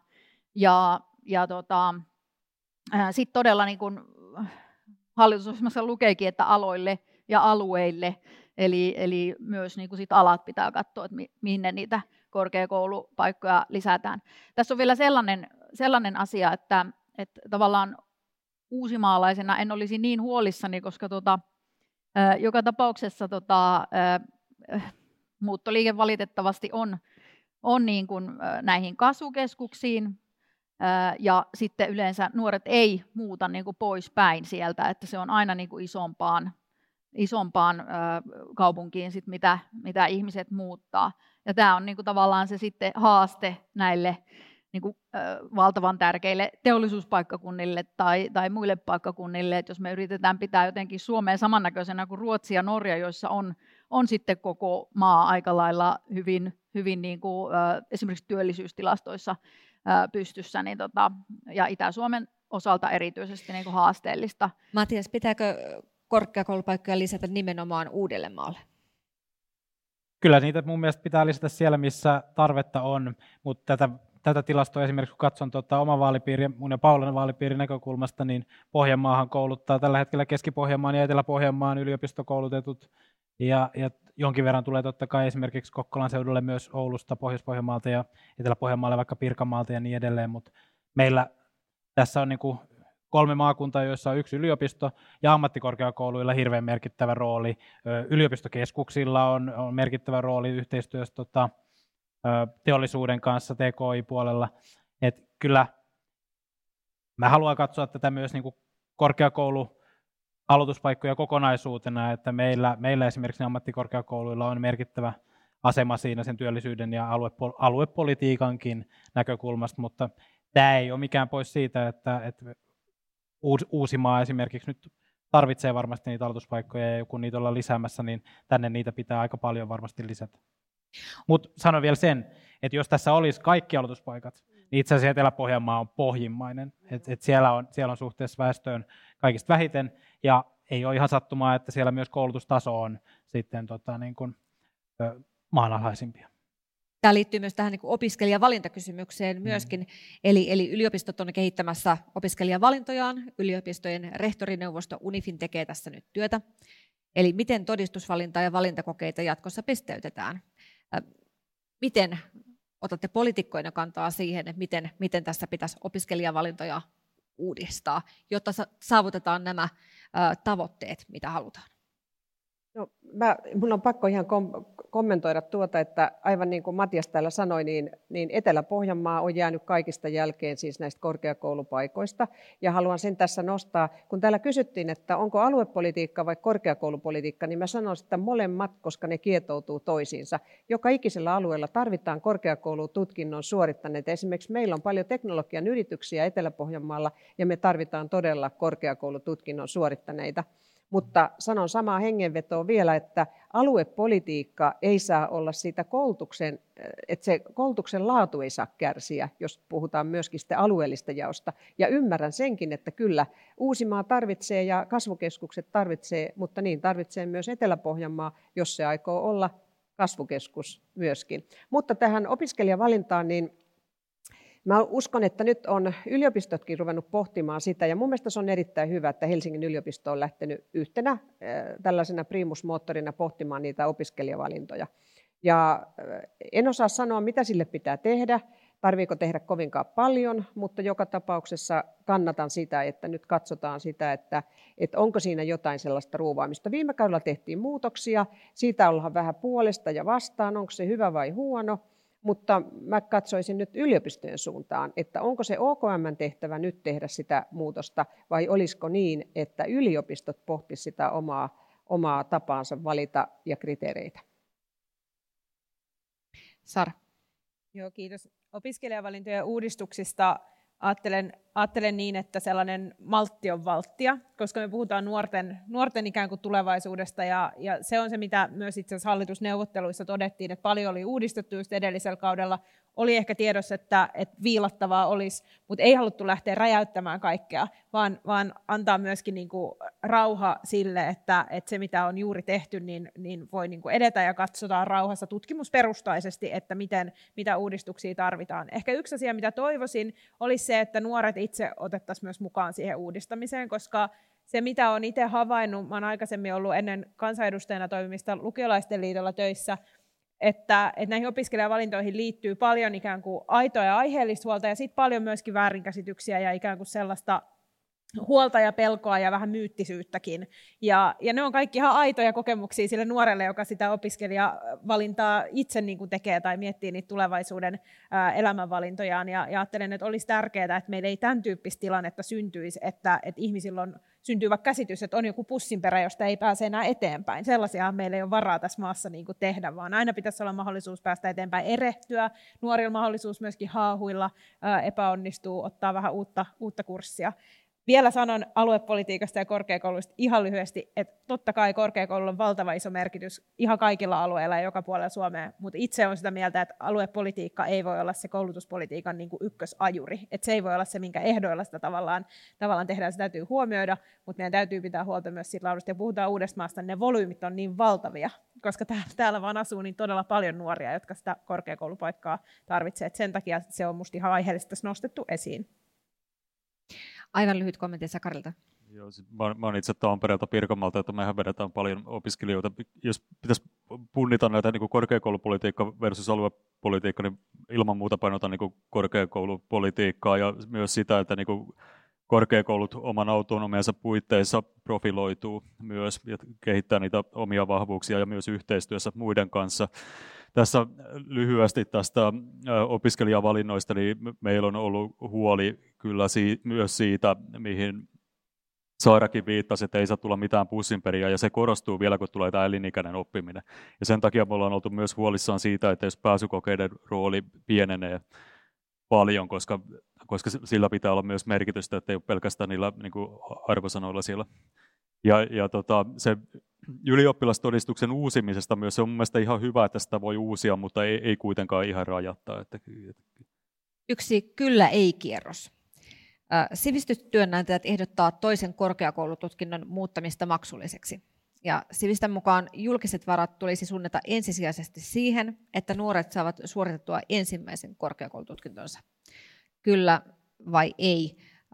Sitten todella niin kuin hallitusohjelmassa lukeekin, että aloille ja alueille, eli myös niin kuin sit alat pitää katsoa, että mihin niitä korkeakoulupaikkoja lisätään. Tässä on vielä sellainen asia, että tavallaan uusimaalaisena en olisi niin huolissani, koska joka tapauksessa muuttoliike valitettavasti on niin kuin näihin kasvukeskuksiin, ja sitten yleensä nuoret ei muuta niin kuin poispäin sieltä, että se on aina niin kuin isompaan kaupunkiin, sit mitä ihmiset muuttaa. Ja tämä on niin kuin tavallaan se sitten haaste näille niin kuin valtavan tärkeille teollisuuspaikkakunnille tai muille paikkakunnille, että jos me yritetään pitää jotenkin Suomeen samannäköisenä kuin Ruotsi ja Norja, joissa on sitten koko maa aika lailla hyvin niin kuin, esimerkiksi työllisyystilastoissa pystyssä, niin ja Itä-Suomen osalta erityisesti niin kuin haasteellista.
Matias, pitääkö korkeakoulupaikkoja lisätä nimenomaan Uudellemaalle?
Kyllä niitä mun mielestä pitää lisätä siellä, missä tarvetta on, mutta tätä tilastoa esimerkiksi kun katson oman vaalipiirin, mun ja Paulan vaalipiirin näkökulmasta, niin Pohjanmaahan kouluttaa tällä hetkellä Keski-Pohjanmaan ja Etelä-Pohjanmaan yliopistokoulutetut, ja jonkin verran tulee totta kai esimerkiksi Kokkolan seudulle myös Oulusta, Pohjois-Pohjanmaalta ja Etelä-Pohjanmaalle vaikka Pirkanmaalta ja niin edelleen, mutta meillä tässä on niin kuin 3 maakuntaa, joissa on 1 yliopisto, ja ammattikorkeakouluilla hirveän merkittävä rooli. Yliopistokeskuksilla on merkittävä rooli yhteistyössä teollisuuden kanssa TKI-puolella. Et kyllä mä haluan katsoa tätä myös niin kuin korkeakoulualoituspaikkoja kokonaisuutena, että meillä esimerkiksi ammattikorkeakouluilla on merkittävä asema siinä sen työllisyyden ja aluepolitiikankin näkökulmasta, mutta tämä ei ole mikään pois siitä, että Uusimaa esimerkiksi nyt tarvitsee varmasti niitä aloituspaikkoja, ja kun niitä ollaan lisäämässä, niin tänne niitä pitää aika paljon varmasti lisätä. Mutta sanon vielä sen, että jos tässä olisi kaikki aloituspaikat, niin itse asiassa Etelä-Pohjanmaa on pohjimmainen. Et siellä on suhteessa väestöön kaikista vähiten, ja ei ole ihan sattumaa, että siellä myös koulutustaso on sitten maan alhaisimpia.
Tämä liittyy myös tähän niin kuin opiskelijavalintakysymykseen myöskin. Eli yliopistot on kehittämässä opiskelijavalintojaan. Yliopistojen rehtorineuvosto UNIFIN tekee tässä nyt työtä. Eli miten todistusvalintaa ja valintakokeita jatkossa pisteytetään. Miten otatte poliitikkoina kantaa siihen, että miten tässä pitäisi opiskelijavalintoja uudistaa, jotta saavutetaan nämä tavoitteet, mitä halutaan?
No, minun on pakko ihan kommentoida että aivan niin kuin Matias täällä sanoi, niin Etelä-Pohjanmaa on jäänyt kaikista jälkeen siis näistä korkeakoulupaikoista. Ja haluan sen tässä nostaa, kun täällä kysyttiin, että onko aluepolitiikka vai korkeakoulupolitiikka, niin mä sanoisin, että molemmat, koska ne kietoutuu toisiinsa. Joka ikisellä alueella tarvitaan korkeakoulututkinnon suorittaneita. Esimerkiksi meillä on paljon teknologian yrityksiä Etelä-Pohjanmaalla, ja me tarvitaan todella korkeakoulututkinnon suorittaneita. Mutta sanon samaa hengenvetoa vielä, että aluepolitiikka ei saa olla siitä että se koulutuksen laatu ei saa kärsiä, jos puhutaan myöskin sitä alueellista jaosta. Ja ymmärrän senkin, että kyllä Uusimaa tarvitsee ja kasvukeskukset tarvitsee, mutta niin tarvitsee myös Etelä-Pohjanmaa, jos se aikoo olla kasvukeskus myöskin. Mutta tähän opiskelijavalintaan, niin mä uskon, että nyt on yliopistotkin ruvennut pohtimaan sitä, ja mun mielestä se on erittäin hyvä, että Helsingin yliopisto on lähtenyt yhtenä tällaisena primusmoottorina pohtimaan niitä opiskelijavalintoja. Ja en osaa sanoa, mitä sille pitää tehdä, tarviiko tehdä kovinkaan paljon, mutta joka tapauksessa kannatan sitä, että nyt katsotaan sitä, että onko siinä jotain sellaista ruuvaamista. Viime kaudella tehtiin muutoksia, siitä ollaan vähän puolesta ja vastaan, onko se hyvä vai huono. Mutta mä katsoisin nyt yliopistojen suuntaan, että onko se OKM:n tehtävä nyt tehdä sitä muutosta, vai olisiko niin, että yliopistot pohtisivat sitä omaa tapaansa valita ja kriteereitä.
Sara.
Joo, kiitos. Opiskelijavalintojen uudistuksista ajattelen niin, että sellainen maltti on valttia, koska me puhutaan nuorten ikään kuin tulevaisuudesta, ja se on se, mitä myös itse asiassa hallitusneuvotteluissa todettiin, että paljon oli uudistettu just edellisellä kaudella. Oli ehkä tiedossa, että viilattavaa olisi, mutta ei haluttu lähteä räjäyttämään kaikkea, vaan antaa myöskin niin kuin rauha sille, että se, mitä on juuri tehty, niin voi niin kuin edetä, ja katsotaan rauhassa tutkimusperustaisesti, että mitä uudistuksia tarvitaan. Ehkä yksi asia, mitä toivoisin, olisi se, että nuoret itse otettaisiin myös mukaan siihen uudistamiseen, koska se, mitä olen itse havainnut, olen aikaisemmin ollut ennen kansanedustajana toimimista Lukiolaisten liitolla töissä, että näihin opiskelijavalintoihin liittyy paljon ikään kuin aitoa ja aiheellista huolta, ja sitten paljon myöskin väärinkäsityksiä ja ikään kuin sellaista huolta ja pelkoa ja vähän myyttisyyttäkin. Ja ne on kaikki ihan aitoja kokemuksia sille nuorelle, joka sitä opiskelijavalintaa itse niin kuin tekee tai miettii niitä tulevaisuuden elämänvalintojaan. Ja ajattelen, että olisi tärkeää, että meillä ei tämän tyyppistä tilannetta syntyisi, että ihmisillä syntyy vaikka käsitys, että on joku pussinperä, josta ei pääse enää eteenpäin. Sellaisia meillä ei ole varaa tässä maassa niin kuin tehdä, vaan aina pitäisi olla mahdollisuus päästä eteenpäin, erehtyä. Nuorilla mahdollisuus myöskin haahuilla, epäonnistuu, ottaa vähän uutta kurssia. Vielä sanon aluepolitiikasta ja korkeakouluista ihan lyhyesti, että totta kai korkeakoululla on valtava iso merkitys ihan kaikilla alueilla ja joka puolella Suomea, mutta itse olen sitä mieltä, että aluepolitiikka ei voi olla se koulutuspolitiikan niin kuin ykkösajuri. Että se ei voi olla se, minkä ehdoilla sitä tavallaan tehdään, se täytyy huomioida, mutta meidän täytyy pitää huolta myös siitä laadusta. Ja puhutaan Uudestamaasta, ne volyymit on niin valtavia, koska täällä vaan asuu niin todella paljon nuoria, jotka sitä korkeakoulupaikkaa tarvitsevat. Et sen takia se on musta ihan aiheellisesti nostettu esiin.
Aivan lyhyt kommentti Sakarilta.
Joo, mä olen itse Tampereelta Pirkanmaalta, että mehän vedetään paljon opiskelijoita. Jos pitäisi punnita näitä niin kuin korkeakoulupolitiikka versus aluepolitiikka, niin ilman muuta painotan niin kuin korkeakoulupolitiikkaa ja myös sitä, että niin kuin korkeakoulut oman autonomiansa puitteissa profiloituu myös ja kehittää niitä omia vahvuuksia ja myös yhteistyössä muiden kanssa. Tässä lyhyesti tästä opiskelijavalinnoista, niin meillä on ollut huoli kyllä myös siitä, mihin Saarakin viittasi, että ei saa tulla mitään pussinperiä, ja se korostuu vielä, kun tulee tämä elinikäinen oppiminen. Ja sen takia me ollaan oltu myös huolissaan siitä, että jos pääsykokeiden rooli pienenee paljon, koska sillä pitää olla myös merkitystä, että ei ole pelkästään niillä niin kuin arvosanoilla siellä. Ja se ylioppilastodistuksen uusimisesta myös se on mun mielestä ihan hyvä, että sitä voi uusia, mutta ei kuitenkaan ihan rajattaa.
Yksi kyllä-ei-kierros. Sivistystyönnäyttäjät ehdottaa toisen korkeakoulututkinnon muuttamista maksulliseksi. Ja Sivistän mukaan julkiset varat tulisi suunnata ensisijaisesti siihen, että nuoret saavat suoritettua ensimmäisen korkeakoulututkintonsa. Kyllä vai ei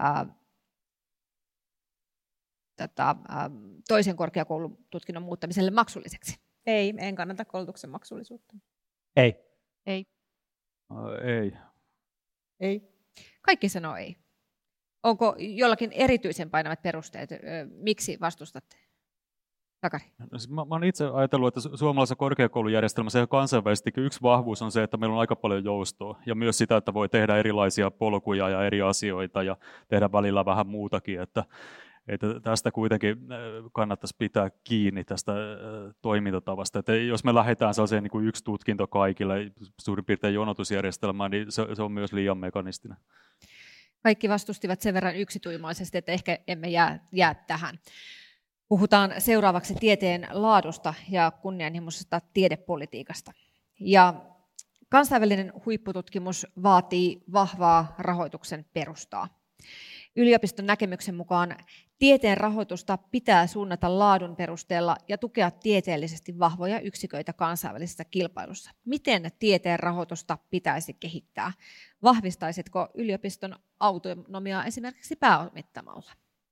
toisen korkeakoulututkinnon muuttamiselle maksulliseksi?
Ei, en kannata koulutuksen maksullisuutta.
Ei.
Ei.
Ei.
Ei.
Kaikki sanoo ei. Onko jollakin erityisen painavat perusteet, miksi vastustatte? Sakari.
No, siis mä olen itse ajatellut, että suomalaisessa korkeakoulujärjestelmässä ja kansainvälisestikin yksi vahvuus on se, että meillä on aika paljon joustoa ja myös sitä, että voi tehdä erilaisia polkuja ja eri asioita ja tehdä välillä vähän muutakin, että tästä kuitenkin kannattaisi pitää kiinni tästä toimintatavasta. Että jos me lähdetään sellaiseen niin kuin yksi tutkinto kaikille, suurin piirtein jonotusjärjestelmään, niin se on myös liian mekanistinen.
Kaikki vastustivat sen verran yksituimaisesti, että ehkä emme jää tähän. Puhutaan seuraavaksi tieteen laadusta ja kunnianhimoisesta tiedepolitiikasta. Ja kansainvälinen huippututkimus vaatii vahvaa rahoituksen perustaa. Yliopiston näkemyksen mukaan tieteen rahoitusta pitää suunnata laadun perusteella ja tukea tieteellisesti vahvoja yksiköitä kansainvälisessä kilpailussa. Miten tieteen rahoitusta pitäisi kehittää? Vahvistaisitko yliopiston autonomiaa esimerkiksi pääomittamalla?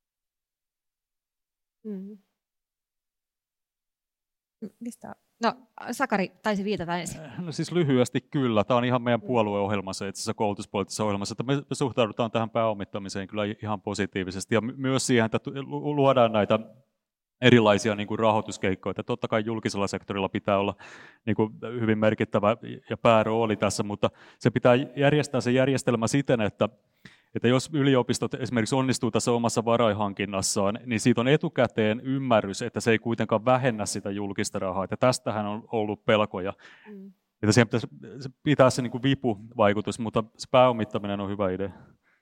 Mistä?
No, Sakari taisi viitata ensin.
No siis lyhyesti kyllä. Tämä on ihan meidän puolueohjelmassa, itse asiassa koulutuspoliittisessa ohjelmassa, että me suhtaudutaan tähän pääomittamiseen kyllä ihan positiivisesti ja myös siihen, että luodaan näitä erilaisia niin kuin rahoituskeikkoja. Totta kai julkisella sektorilla pitää olla niin kuin hyvin merkittävä ja päärooli tässä, mutta se pitää järjestää se järjestelmä siten, että jos yliopistot esimerkiksi onnistuu tässä omassa varainhankinnassaan, niin siitä on etukäteen ymmärrys, että se ei kuitenkaan vähennä sitä julkista rahaa. Että tästähän on ollut pelkoja. Että siihen pitäisi pitää se niin kuin vipuvaikutus, mutta se pääomittaminen on hyvä idea.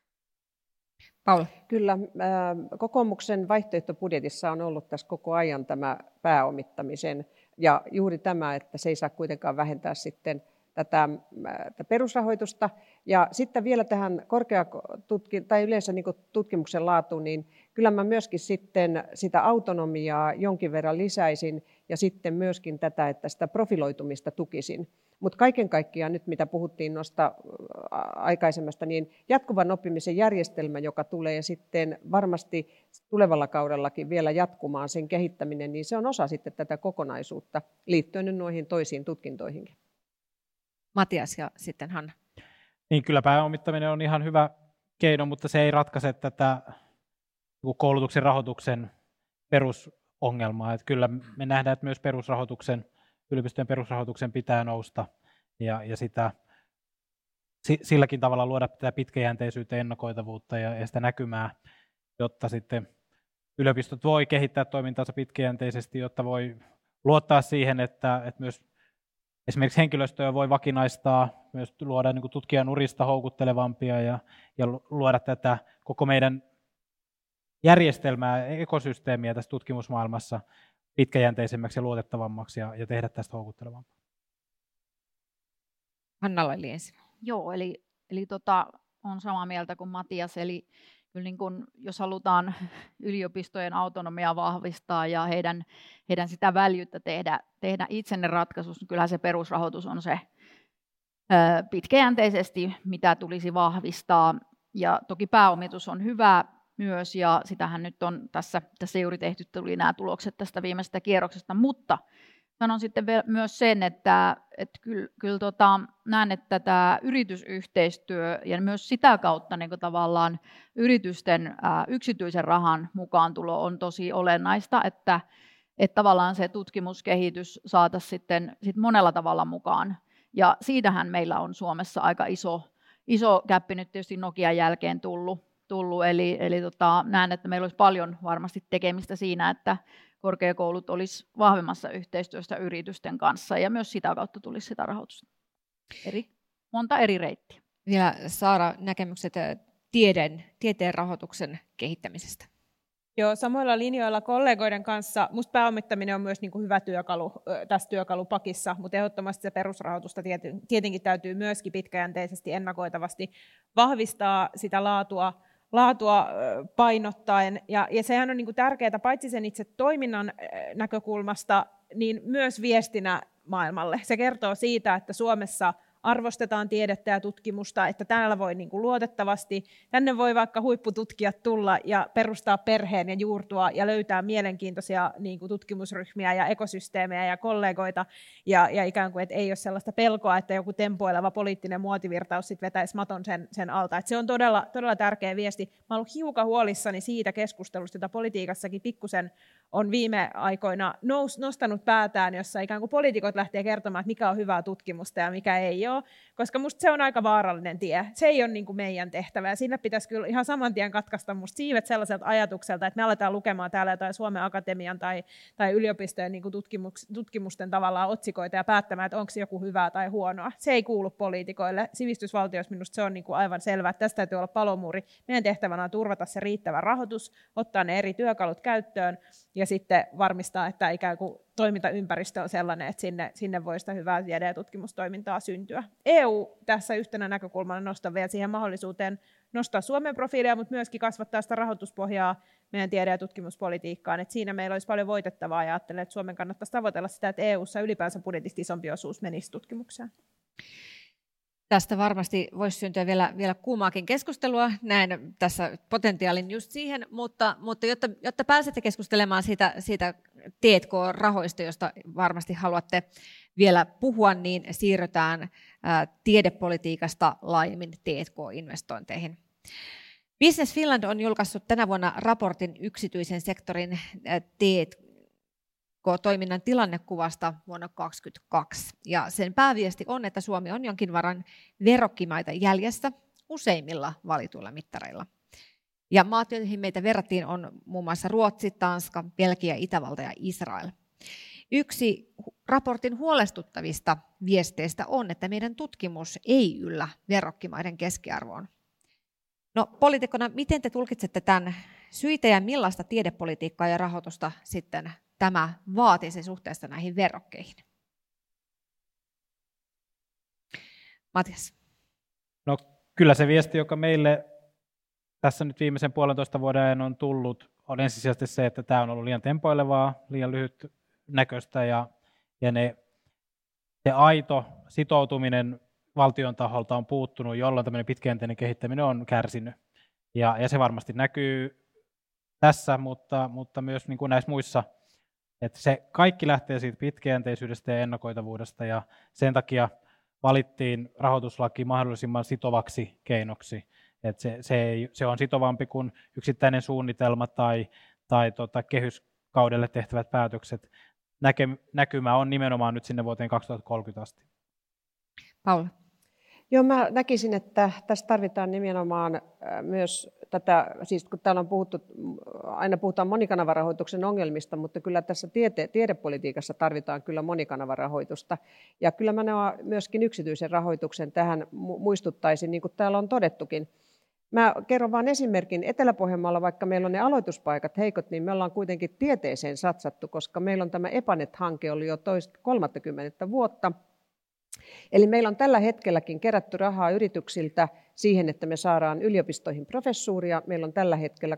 Paula.
Kyllä, kokoomuksen vaihtoehtobudjetissa on ollut tässä koko ajan tämä pääomittamisen ja juuri tämä, että se ei saa kuitenkaan vähentää sitten tätä perusrahoitusta. Ja sitten vielä tähän tai yleensä niin kuin tutkimuksen laatuun, niin kyllä mä myöskin sitten sitä autonomiaa jonkin verran lisäisin ja sitten myöskin tätä, että sitä profiloitumista tukisin. Mutta kaiken kaikkiaan nyt, mitä puhuttiin noista aikaisemmasta, niin jatkuvan oppimisen järjestelmä, joka tulee sitten varmasti tulevalla kaudellakin vielä jatkumaan sen kehittäminen, niin se on osa sitten tätä kokonaisuutta liittyen nyt noihin toisiin tutkintoihinkin.
Matias ja sitten Hanna.
Niin kyllä pääomittaminen on ihan hyvä keino, mutta se ei ratkaise tätä koulutuksen rahoituksen perusongelmaa. Että kyllä me nähdään, että myös yliopistojen perusrahoituksen pitää nousta ja silläkin tavalla luoda tätä pitkäjänteisyyttä, ennakoitavuutta ja sitä näkymää, jotta sitten yliopistot voi kehittää toimintaansa pitkäjänteisesti, jotta voi luottaa siihen, että myös esimerkiksi henkilöstöä voi vakinaistaa, myös luoda niin kuin tutkijan urista houkuttelevampia ja luoda tätä koko meidän järjestelmää, ekosysteemiä tässä tutkimusmaailmassa pitkäjänteisemmäksi ja luotettavammaksi ja tehdä tästä houkuttelevampaa.
Hannalla oli ensin.
Joo, eli olen samaa mieltä kuin Matias, eli kyllä niin kun, jos halutaan yliopistojen autonomiaa vahvistaa ja heidän sitä väljyyttä tehdä itsenne ratkaisussa, niin kyllähän se perusrahoitus on se pitkäjänteisesti, mitä tulisi vahvistaa. Ja toki pääomitus on hyvä myös, ja sitähän nyt on tässä juuri tehty, tuli nämä tulokset tästä viimeisestä kierroksesta, mutta sanon sitten myös sen, että kyllä näen, että tämä yritysyhteistyö ja myös sitä kautta niin kuin tavallaan yritysten yksityisen rahan mukaantulo on tosi olennaista, että tavallaan se tutkimuskehitys saataisiin sitten monella tavalla mukaan. Ja siitähän meillä on Suomessa aika iso gäppi nyt tietysti Nokian jälkeen tullut. Eli näen, että meillä olisi paljon varmasti tekemistä siinä, että korkeakoulut olisi vahvemmassa yhteistyössä yritysten kanssa ja myös sitä kautta tulisi sitä rahoitusta. Monta eri reittiä.
Vielä Saara, näkemykset tieteen rahoituksen kehittämisestä.
Joo, samoilla linjoilla kollegoiden kanssa. Minusta pääomittaminen on myös niin kuin hyvä työkalu tässä työkalupakissa, mutta ehdottomasti se perusrahoitusta tietenkin täytyy myöskin pitkäjänteisesti ennakoitavasti vahvistaa sitä laatua laatua painottaen. Ja sehän on niin kuin tärkeää paitsi sen itse toiminnan näkökulmasta, niin myös viestinä maailmalle. Se kertoo siitä, että Suomessa arvostetaan tiedettä ja tutkimusta, että täällä voi niin kuin luotettavasti, tänne voi vaikka huippututkijat tulla ja perustaa perheen ja juurtua ja löytää mielenkiintoisia niin kuin tutkimusryhmiä ja ekosysteemejä ja kollegoita ja ikään kuin, että ei ole sellaista pelkoa, että joku tempoileva poliittinen muotivirtaus sit vetäisi maton sen alta. Että se on todella, todella tärkeä viesti. Mä olen ollut hiukan huolissani siitä keskustelusta, jota politiikassakin pikkusen on viime aikoina nostanut päätään, jossa ikään kuin poliitikot lähtee kertomaan, että mikä on hyvää tutkimusta ja mikä ei ole, koska musta se on aika vaarallinen tie. Se ei ole niin kuin meidän tehtävä, ja siinä pitäisi kyllä ihan saman tien katkaista musta siivet sellaiselta ajatukselta, että me aletaan lukemaan täällä jotain Suomen Akatemian tai yliopistojen niin kuin tutkimusten tavallaan otsikoita ja päättämään, että onko joku hyvää tai huonoa. Se ei kuulu poliitikoille. Sivistysvaltiossa minusta se on niin kuin aivan selvää, että tästä täytyy olla palomuuri. Meidän tehtävänä on turvata se riittävä rahoitus, ottaa ne eri työkalut käyttöön, ja sitten varmistaa, että ikään kuin toimintaympäristö on sellainen, että sinne voi sitä hyvää tiede- ja tutkimustoimintaa syntyä. EU tässä yhtenä näkökulmana nostaa vielä siihen mahdollisuuteen nostaa Suomen profiilia, mutta myöskin kasvattaa sitä rahoituspohjaa meidän tiede- ja tutkimuspolitiikkaan. Et siinä meillä olisi paljon voitettavaa, ja ajattelen, että Suomen kannattaisi tavoitella sitä, että EU:ssa ylipäänsä budjetista isompi osuus menisi tutkimukseen.
Tästä varmasti voisi syntyä vielä kuumaakin keskustelua, näen tässä potentiaalin just siihen, mutta jotta pääsette keskustelemaan siitä T&K-rahoista, josta varmasti haluatte vielä puhua, niin siirrytään tiedepolitiikasta laajemmin T&K-investointeihin. Business Finland on julkaissut tänä vuonna raportin yksityisen sektorin T&K-toiminnan tilannekuvasta vuonna 2022. Ja sen pääviesti on, että Suomi on jonkin verran verrokkimaita jäljessä useimmilla valituilla mittareilla. Ja maat, joihin meitä verrattiin, on muun muassa Ruotsi, Tanska, Belgia, Itävalta ja Israel. Yksi raportin huolestuttavista viesteistä on, että meidän tutkimus ei yllä verrokkimaiden keskiarvoon. No, poliitikkona, miten te tulkitsette tämän syitä ja millaista tiedepolitiikkaa ja rahoitusta sitten tämä vaatisi suhteessa näihin verrokkeihin? Matias.
No, kyllä se viesti, joka meille tässä nyt viimeisen 1,5 vuoden ajan on tullut, on ensisijaisesti se, että tämä on ollut liian tempoilevaa, liian lyhyt näköistä ja se aito sitoutuminen valtion taholta on puuttunut, jolloin tämmöinen pitkäjänteinen kehittäminen on kärsinyt. Ja se varmasti näkyy tässä, mutta myös niin kuin näissä muissa, että se kaikki lähtee siitä pitkäjänteisyydestä ja ennakoitavuudesta, ja sen takia valittiin rahoituslaki mahdollisimman sitovaksi keinoksi. Että se on sitovampi kuin yksittäinen suunnitelma tai kehyskaudelle tehtävät päätökset. Näkymä on nimenomaan nyt sinne vuoteen 2030 asti.
Paula.
Joo, mä näkisin, että tässä tarvitaan nimenomaan myös tätä, siis kun täällä on aina puhutaan monikanavarahoituksen ongelmista, mutta kyllä tässä tiedepolitiikassa tarvitaan kyllä monikanavarahoitusta. Ja kyllä mä myöskin yksityisen rahoituksen tähän muistuttaisin, niin kuin täällä on todettukin. Mä kerron vain esimerkin. Etelä-Pohjanmaalla, vaikka meillä on ne aloituspaikat heikot, niin me ollaan kuitenkin tieteeseen satsattu, koska meillä on tämä EPANET-hanke ollut jo 30 vuotta. Eli meillä on tällä hetkelläkin kerätty rahaa yrityksiltä siihen, että me saadaan yliopistoihin professuuria. Meillä on tällä hetkellä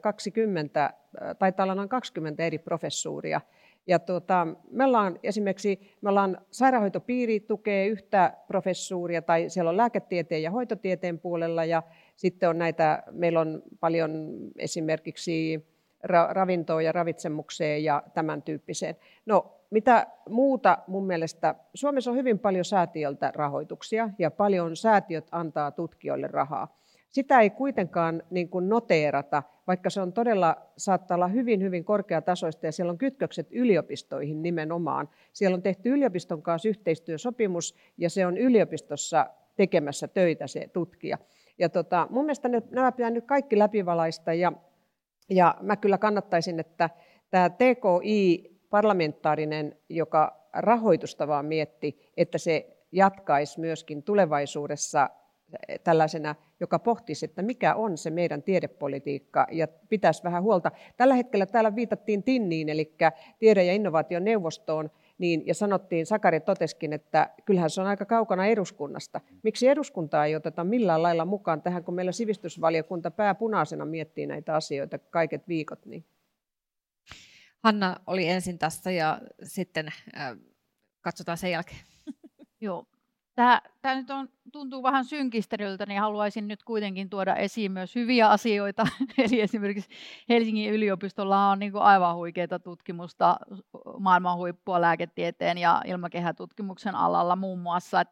20 eri professuuria. Ja me ollaan sairaanhoitopiiri tukee yhtä professuuria, tai siellä on lääketieteen ja hoitotieteen puolella, ja sitten on meillä on paljon esimerkiksi ravintoon ja ravitsemukseen ja tämän tyyppiseen. No, mitä muuta mun mielestä, Suomessa on hyvin paljon säätiöltä rahoituksia ja paljon säätiöt antaa tutkijoille rahaa. Sitä ei kuitenkaan niin kuin noteerata, vaikka se on todella, saattaa olla hyvin, hyvin korkeatasoista ja siellä on kytkökset yliopistoihin nimenomaan. Siellä on tehty yliopiston kanssa yhteistyösopimus ja se on yliopistossa tekemässä töitä se tutkija. Ja mun mielestä nämä pitää nyt kaikki läpivalaista ja mä kyllä kannattaisin, että tämä TKI-parlamentaarinen, joka rahoitusta vaan mietti, että se jatkaisi myöskin tulevaisuudessa tällaisena, joka pohtisi, että mikä on se meidän tiedepolitiikka ja pitäisi vähän huolta. Tällä hetkellä täällä viitattiin TINNiin, eli tiede- ja innovaationeuvostoon, niin, ja sanottiin, Sakari toteskin, että kyllähän se on aika kaukana eduskunnasta. Miksi eduskuntaa ei oteta millään lailla mukaan tähän, kun meillä sivistysvaliokunta pääpunaisena miettii näitä asioita kaiket viikot? Niin.
Hanna oli ensin tässä ja sitten katsotaan sen jälkeen.
Joo. Tämä nyt tuntuu vähän synkistelyltä, niin haluaisin nyt kuitenkin tuoda esiin myös hyviä asioita. Eli esimerkiksi Helsingin yliopistolla on niin kuin aivan huikeaa tutkimusta maailman huippua lääketieteen ja ilmakehätutkimuksen alalla muun muassa.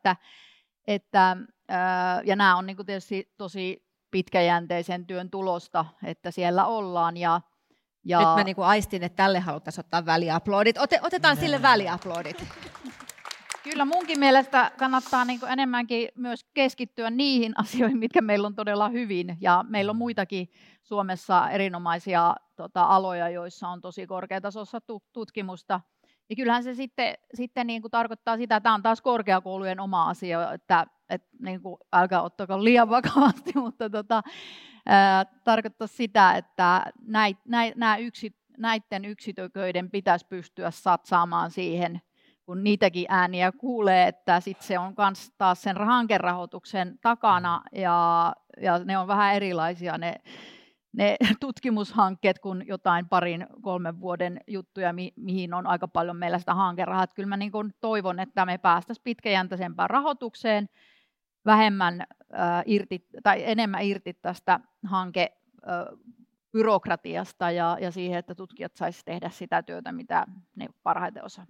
Ja nämä on niin kuin tietysti tosi pitkäjänteisen työn tulosta, että siellä ollaan. Ja
nyt mä niin kuin aistin, että tälle haluttaisiin ottaa väliaplodit. Otetaan sille väliaplodit.
Kyllä munkin mielestä kannattaa niin kuin enemmänkin myös keskittyä niihin asioihin, mitkä meillä on todella hyvin. Ja meillä on muitakin Suomessa erinomaisia aloja, joissa on tosi korkeatasoista tutkimusta. Ja kyllähän se sitten niin kuin tarkoittaa sitä, että tämä on taas korkeakoulujen oma asia, että niin kuin, älkää ottako liian vakavasti, mutta tarkoittaa sitä, että näiden yksiköiden pitäisi pystyä satsaamaan siihen, kun niitäkin ääniä kuulee, että sit se on myös taas sen hankerahoituksen takana ja ne on vähän erilaisia ne tutkimushankkeet kuin jotain 2-3 vuoden juttuja, mihin on aika paljon meillä sitä hankerahaa. Kyllä mä niin kuin toivon, että me päästäisiin pitkäjänteisempään rahoitukseen, enemmän irti tästä hankebyrokratiasta ja siihen, että tutkijat saisivat tehdä sitä työtä, mitä ne parhaiten osaa.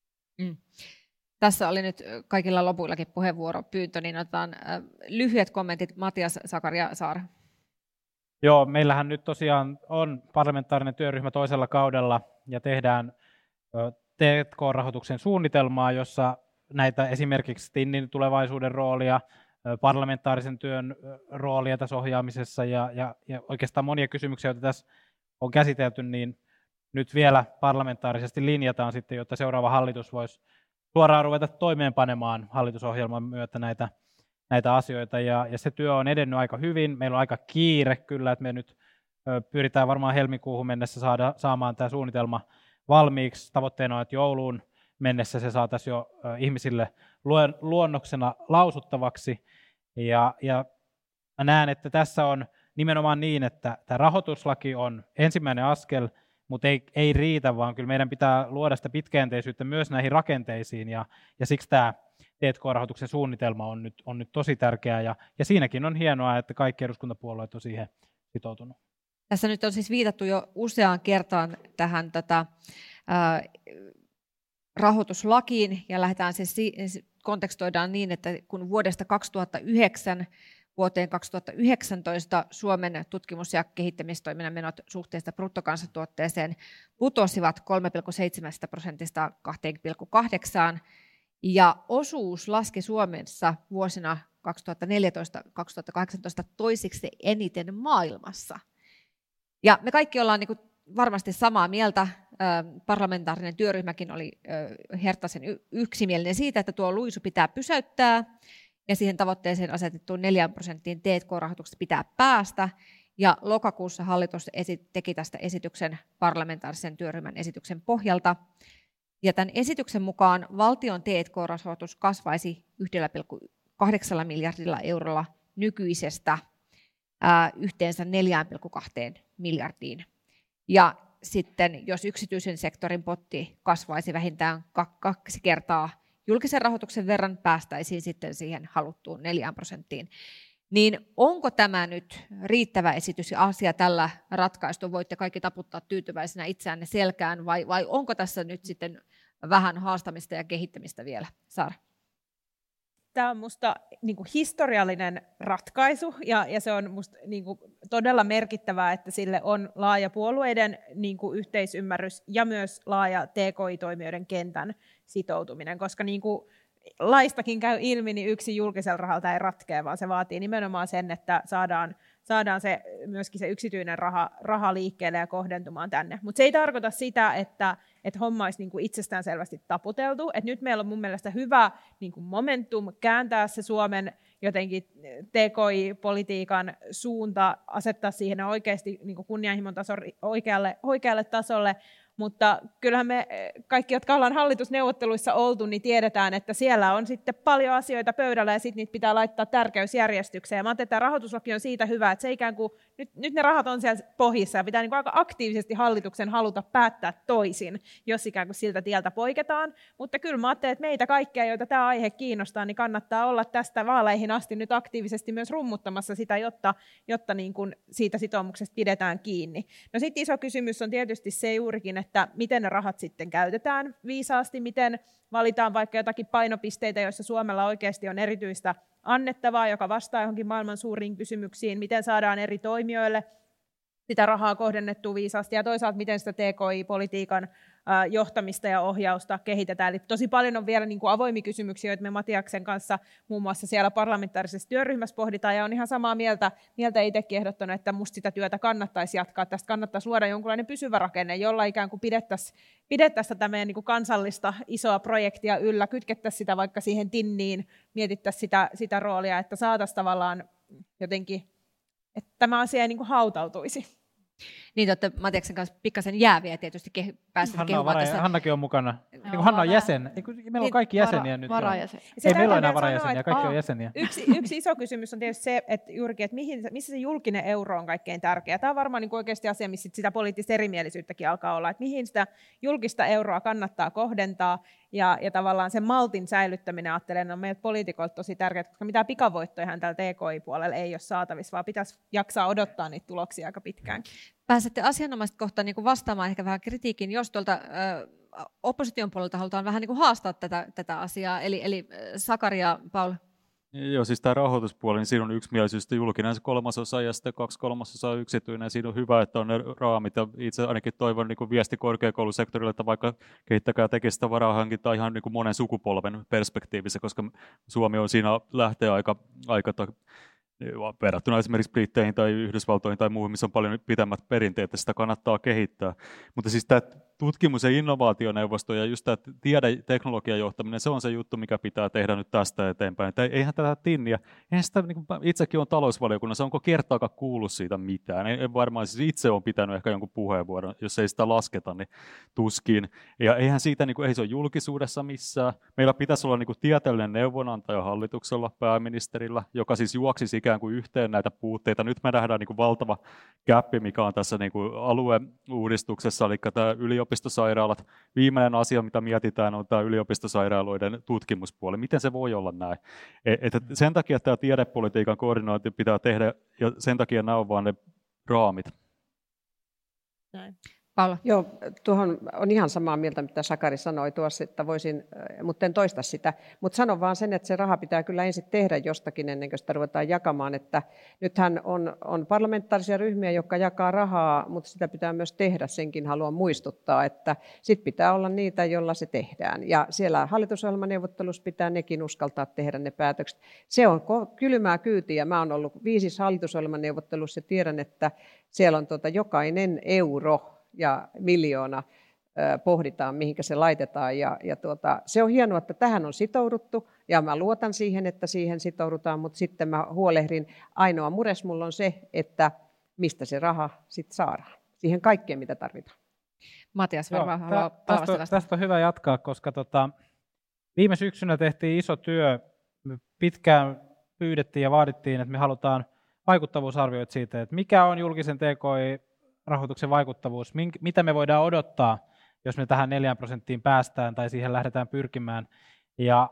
Tässä oli nyt kaikilla lopuillakin puheenvuoropyyntö, niin otetaan lyhyet kommentit. Matias, Sakari ja Saara.
Joo, meillähän nyt tosiaan on parlamentaarinen työryhmä toisella kaudella ja tehdään T&K-rahoituksen suunnitelmaa, jossa näitä esimerkiksi TINNin tulevaisuuden roolia, parlamentaarisen työn roolia tässä ohjaamisessa ja oikeastaan monia kysymyksiä, joita tässä on käsitelty, niin nyt vielä parlamentaarisesti linjataan sitten, jotta seuraava hallitus voisi suoraan ruveta toimeenpanemaan hallitusohjelman myötä näitä asioita. Ja se työ on edennyt aika hyvin. Meillä on aika kiire kyllä, että me nyt pyritään varmaan helmikuuhun mennessä saamaan tämä suunnitelma valmiiksi. Tavoitteena on, että jouluun mennessä se saataisiin jo ihmisille luonnoksena lausuttavaksi. Ja mä näen, että tässä on nimenomaan niin, että tämä rahoituslaki on ensimmäinen askel, mutta ei riitä, vaan kyllä meidän pitää luoda sitä pitkäjänteisyyttä myös näihin rakenteisiin, ja siksi tämä T&K-rahoituksen suunnitelma on nyt tosi tärkeää, ja siinäkin on hienoa, että kaikki eduskuntapuolueet on siihen sitoutunut.
Tässä nyt on siis viitattu jo useaan kertaan tähän rahoituslakiin, ja lähdetään kontekstoidaan niin, että kun vuodesta 2009 vuoteen 2019 Suomen tutkimus- ja kehittämistoiminnan menot suhteessa bruttokansantuotteeseen putosivat 3,7% 2,8%, ja osuus laski Suomessa vuosina 2014-2018 toisiksi eniten maailmassa. Ja me kaikki ollaan niin kuin varmasti samaa mieltä. Parlamentaarinen työryhmäkin oli herttaisen yksimielinen siitä, että tuo luisu pitää pysäyttää, ja siihen tavoitteeseen asetettuun 4% T&K-rahoituksesta pitää päästä. Ja lokakuussa hallitus teki tästä esityksen parlamentaarisen työryhmän esityksen pohjalta. Ja tämän esityksen mukaan valtion T&K-rahoitus kasvaisi 1,8 miljardilla eurolla nykyisestä yhteensä 4,2 miljardiin. Ja sitten jos yksityisen sektorin potti kasvaisi vähintään 2 kertaa julkisen rahoituksen verran, päästäisiin sitten siihen haluttuun 4%. Niin onko tämä nyt riittävä esitys ja asia tällä ratkaistu? Voitte kaikki taputtaa tyytyväisenä itseänne selkään, vai onko tässä nyt sitten vähän haastamista ja kehittämistä vielä? Saara.
Tämä on minusta historiallinen ratkaisu, ja se on minusta todella merkittävää, että sille on laaja puolueiden yhteisymmärrys ja myös laaja TKI-toimijoiden kentän sitoutuminen, koska laistakin käy ilmi, niin yksin julkisella rahalla ei ratkea, vaan se vaatii nimenomaan sen, että saadaan myöskin se yksityinen raha liikkeelle ja kohdentumaan tänne. Mutta se ei tarkoita sitä, että homma olisi itsestään selvästi taputeltu. Et nyt meillä on mun mielestä hyvä momentum kääntää se Suomen jotenkin TKI-politiikan suunta, asettaa siihen oikeasti kunnianhimon taso oikealle tasolle, mutta kyllähän me kaikki, jotka ollaan hallitusneuvotteluissa oltu, niin tiedetään, että siellä on sitten paljon asioita pöydällä ja sitten niitä pitää laittaa tärkeysjärjestykseen. Ja mä ajattelin, että tämä rahoituslaki on siitä hyvä, että se ikään kuin, nyt ne rahat on siellä pohjissa ja pitää niin kuin aika aktiivisesti hallituksen haluta päättää toisin, jos ikään kuin siltä tieltä poiketaan. Mutta kyllä mä ajattelen, että meitä kaikkia, joita tämä aihe kiinnostaa, niin kannattaa olla tästä vaaleihin asti nyt aktiivisesti myös rummuttamassa sitä, jotta niin kuin siitä sitoumuksesta pidetään kiinni. No sitten iso kysymys on tietysti se juurikin, että miten ne rahat sitten käytetään viisaasti, miten valitaan vaikka jotakin painopisteitä, joissa Suomella oikeasti on erityistä annettavaa, joka vastaa johonkin maailman suuriin kysymyksiin, miten saadaan eri toimijoille sitä rahaa kohdennettua viisaasti ja toisaalta miten sitä TKI-politiikan johtamista ja ohjausta kehitetään. Eli tosi paljon on vielä niin kuin avoimia kysymyksiä, joita me Matiaksen kanssa muun muassa siellä parlamentaarisessa työryhmässä pohditaan, ja on ihan samaa mieltä itsekin ehdottanut, että musta sitä työtä kannattaisi jatkaa. Tästä kannattaisi luoda jonkunlainen pysyvä rakenne, jolla ikään kuin pidettäisiin tätä meidän niin kuin kansallista isoa projektia yllä, kytkettäisiin sitä vaikka siihen tinniin, mietittäisiin sitä roolia, että saataisiin tavallaan jotenkin, että tämä asia ei niin kuin hautautuisi.
Niin, te olette Matiaksen kanssa pikkasen jääviä tietysti pääsette kehumaan tässä.
Hannakin on mukana. Hanna on jäsen. Meillä on kaikki jäseniä nyt. Ei meillä ole enää varajäseniä, kaikki on jäseniä.
Yksi iso kysymys on tietysti se, että juurikin, että missä se julkinen euro on kaikkein tärkeä. Tämä on varmaan niin oikeasti asia, missä sitä poliittista erimielisyyttäkin alkaa olla, että mihin sitä julkista euroa kannattaa kohdentaa. Ja tavallaan sen maltin säilyttäminen, ajattelen, on meiltä poliitikoilta tosi tärkeää, koska mitään pikavoittojahan tällä TKI-puolella ei ole saatavissa, vaan pitäisi jaksaa odottaa niitä tuloksia aika pitkään.
Pääsette asianomaista kohtaan niin kuin vastaamaan ehkä vähän kritiikin, jos tuolta opposition puolelta halutaan vähän niin kuin haastaa tätä asiaa. Eli Sakari ja Paul.
Joo, siis tämä rahoituspuoli, niin siinä on yksimielisyys, että julkinen se 1/3 ja sitten 2/3 yksityinen. Siinä on hyvä, että on ne raamit, ja itse ainakin toivon niin kuin viesti korkeakoulusektorille, että vaikka kehittäkää tekee sitä varahankintaa ihan niin kuin monen sukupolven perspektiivissä, koska Suomi on siinä lähtee aika verrattuna esimerkiksi Britteihin tai Yhdysvaltoihin tai muuhun, missä on paljon pitemmät perinteet, että sitä kannattaa kehittää. Mutta siis tämä tutkimus- ja innovaationeuvosto ja just tämä tiede- ja teknologian johtaminen, se on se juttu, mikä pitää tehdä nyt tästä eteenpäin. Että eihän tätä tinniä, eihän sitä, niin kuin itsekin on talousvaliokunnassa, onko kertaakaan kuullut siitä mitään? En varmaan, siis itse olen pitänyt ehkä jonkun puheenvuoron, jos ei sitä lasketa, niin tuskin. Ja eihän siitä, niin kuin, ei se ole julkisuudessa missään. Meillä pitäisi olla niin kuin tieteellinen neuvonantaja hallituksella, pääministerillä, joka siis juoksisi ikään kuin yhteen näitä puutteita. Nyt me nähdään niin kuin valtava gäppi, mikä on tässä niin kuin alueuudistuksessa, eli tämä yliopistosairaalat. Viimeinen asia, mitä mietitään, on tämä yliopistosairaaloiden tutkimuspuoli. Miten se voi olla näin? Että sen takia tämä tiedepolitiikan koordinointi pitää tehdä, ja sen takia nämä on vaan ne raamit.
Näin. Paula.
Joo, tuohon on ihan samaa mieltä, mitä Sakari sanoi tuossa, että voisin, mutta en toista sitä. Mutta sanon vaan sen, että se raha pitää kyllä ensin tehdä jostakin ennen kuin sitä ruvetaan jakamaan. Että nythän on parlamentaarisia ryhmiä, jotka jakaa rahaa, mutta sitä pitää myös tehdä. Senkin haluan muistuttaa, että sitten pitää olla niitä, joilla se tehdään. Ja siellä hallitusohjelmaneuvottelussa pitää nekin uskaltaa tehdä ne päätökset. Se on kylmää kyytiä. Mä oon ollut 5 hallitusohjelmaneuvottelussa ja tiedän, että siellä on jokainen euro ja miljoona pohditaan, mihinkä se laitetaan. Se on hienoa, että tähän on sitouduttu, ja mä luotan siihen, että siihen sitoudutaan, mutta sitten mä huolehdin, ainoa mures mulla on se, että mistä se raha sitten saadaan. Siihen kaikkeen, mitä tarvitaan.
Matias varmaan haluaa
tästä on hyvä jatkaa, koska viime syksynä tehtiin iso työ. Me pitkään pyydettiin ja vaadittiin, että me halutaan vaikuttavuusarvioita siitä, että mikä on julkisen TKI-rahoituksen vaikuttavuus, mitä me voidaan odottaa, jos me tähän 4% päästään tai siihen lähdetään pyrkimään. Ja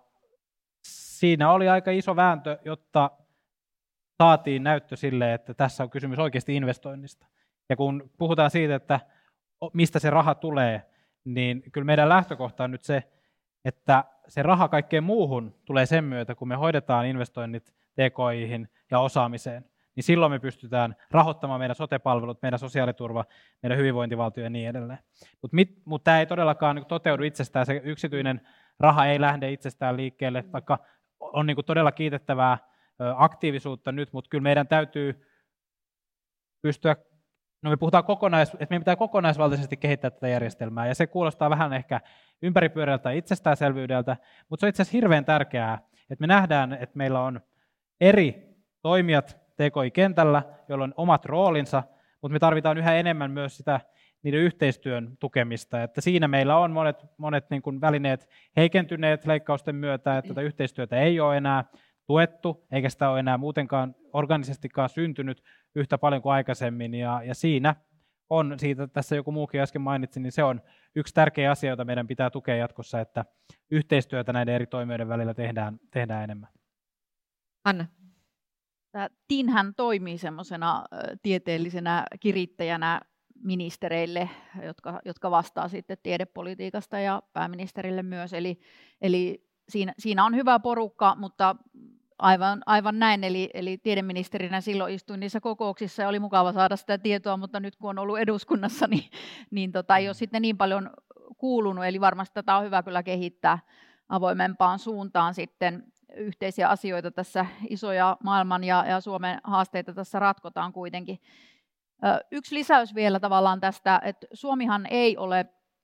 siinä oli aika iso vääntö, jotta saatiin näyttö sille, että tässä on kysymys oikeasti investoinnista. Ja kun puhutaan siitä, että mistä se raha tulee, niin kyllä meidän lähtökohta on nyt se, että se raha kaikkeen muuhun tulee sen myötä, kun me hoidetaan investoinnit TKI:hin ja osaamiseen, niin silloin me pystytään rahoittamaan meidän sote-palvelut, meidän sosiaaliturva, meidän hyvinvointivaltio ja niin edelleen. Mutta tämä ei todellakaan toteudu itsestään, se yksityinen raha ei lähde itsestään liikkeelle, vaikka on todella kiitettävää aktiivisuutta nyt, mutta kyllä meidän täytyy pystyä, me puhutaan että meidän pitää kokonaisvaltaisesti kehittää tätä järjestelmää, ja se kuulostaa vähän ehkä ympäripyöreältä itsestäänselvyydeltä, mutta se on itse asiassa hirveän tärkeää, että me nähdään, että meillä on eri toimijat TKI-kentällä, joilla on omat roolinsa, mutta me tarvitaan yhä enemmän myös sitä niiden yhteistyön tukemista. Että siinä meillä on monet niin kuin välineet heikentyneet leikkausten myötä, että tätä yhteistyötä ei ole enää tuettu, eikä sitä ole enää muutenkaan organisestikaan syntynyt yhtä paljon kuin aikaisemmin, ja siinä on, siitä tässä joku muukin äsken mainitsi, niin se on yksi tärkeä asia, jota meidän pitää tukea jatkossa, että yhteistyötä näiden eri toimijoiden välillä tehdään enemmän.
Anna.
TINhän toimii semmoisena tieteellisenä kirittäjänä ministereille, jotka vastaa sitten tiedepolitiikasta ja pääministerille myös, eli siinä on hyvä porukka, mutta aivan näin, eli tiedeministerinä silloin istuin niissä kokouksissa ja oli mukava saada sitä tietoa, mutta nyt kun on ollut eduskunnassa, niin ei ole sitten niin paljon kuulunut, eli varmasti tätä on hyvä kyllä kehittää avoimempaan suuntaan sitten. Yhteisiä asioita tässä, isoja maailman ja Suomen haasteita tässä ratkotaan kuitenkin. Yksi lisäys vielä tavallaan tästä, että Suomihan ei ole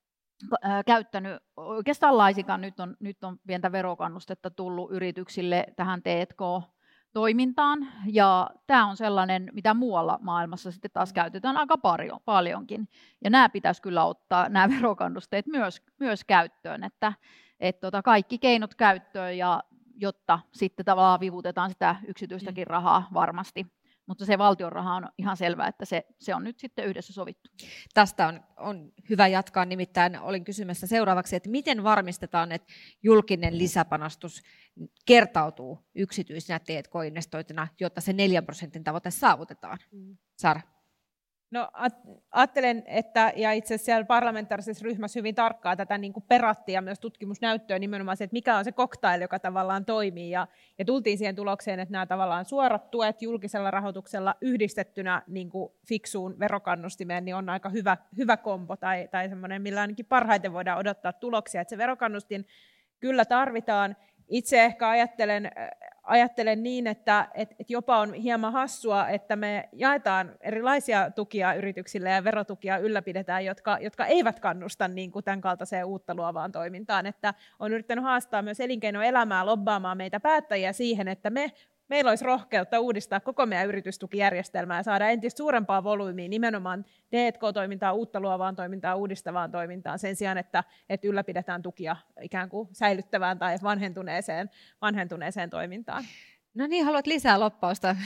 käyttänyt oikeastaan laisinkaan, nyt on pientä verokannustetta tullut yrityksille tähän T&K-toimintaan, ja tämä on sellainen, mitä muualla maailmassa sitten taas käytetään aika paljonkin, ja nämä pitäisi kyllä ottaa, nämä verokannusteet myös käyttöön, että kaikki keinot käyttöön, ja jotta sitten tavallaan vivutetaan sitä yksityistäkin rahaa varmasti. Mutta se valtion raha on ihan selvää, että se on nyt sitten yhdessä sovittu.
Tästä on hyvä jatkaa, nimittäin olin kysymässä seuraavaksi, että miten varmistetaan, että julkinen lisäpanostus kertautuu yksityisinä T&K-investointina, jotta se 4% tavoite saavutetaan. Sara.
No ajattelen, että ja itse asiassa siellä parlamentaarisessa ryhmässä hyvin tarkkaan tätä niin kuin perattiin ja myös tutkimusnäyttöä nimenomaan se, että mikä on se cocktail, joka tavallaan toimii. Ja tultiin siihen tulokseen, että nämä tavallaan suorat tuet julkisella rahoituksella yhdistettynä niin kuin fiksuun verokannustimeen niin on aika hyvä kombo tai semmoinen, millä ainakin parhaiten voidaan odottaa tuloksia. Että se verokannustin kyllä tarvitaan. Itse ehkä ajattelen niin, että jopa on hieman hassua, että me jaetaan erilaisia tukia yrityksille ja verotukia ylläpidetään, jotka eivät kannusta niin kuin tämän kaltaiseen uutta luovaan toimintaan. Että on yrittänyt haastaa myös elinkeinoelämää lobbaamaan meitä päättäjiä siihen, että meillä olisi rohkeutta uudistaa koko meidän yritystukijärjestelmää ja saada entistä suurempaa volyymiä nimenomaan T&K-toimintaa, uutta luovaan toimintaan, uudistavaan toimintaan sen sijaan, että ylläpidetään tukia ikään kuin säilyttävään tai vanhentuneeseen toimintaan.
No niin, haluat lisää loppausta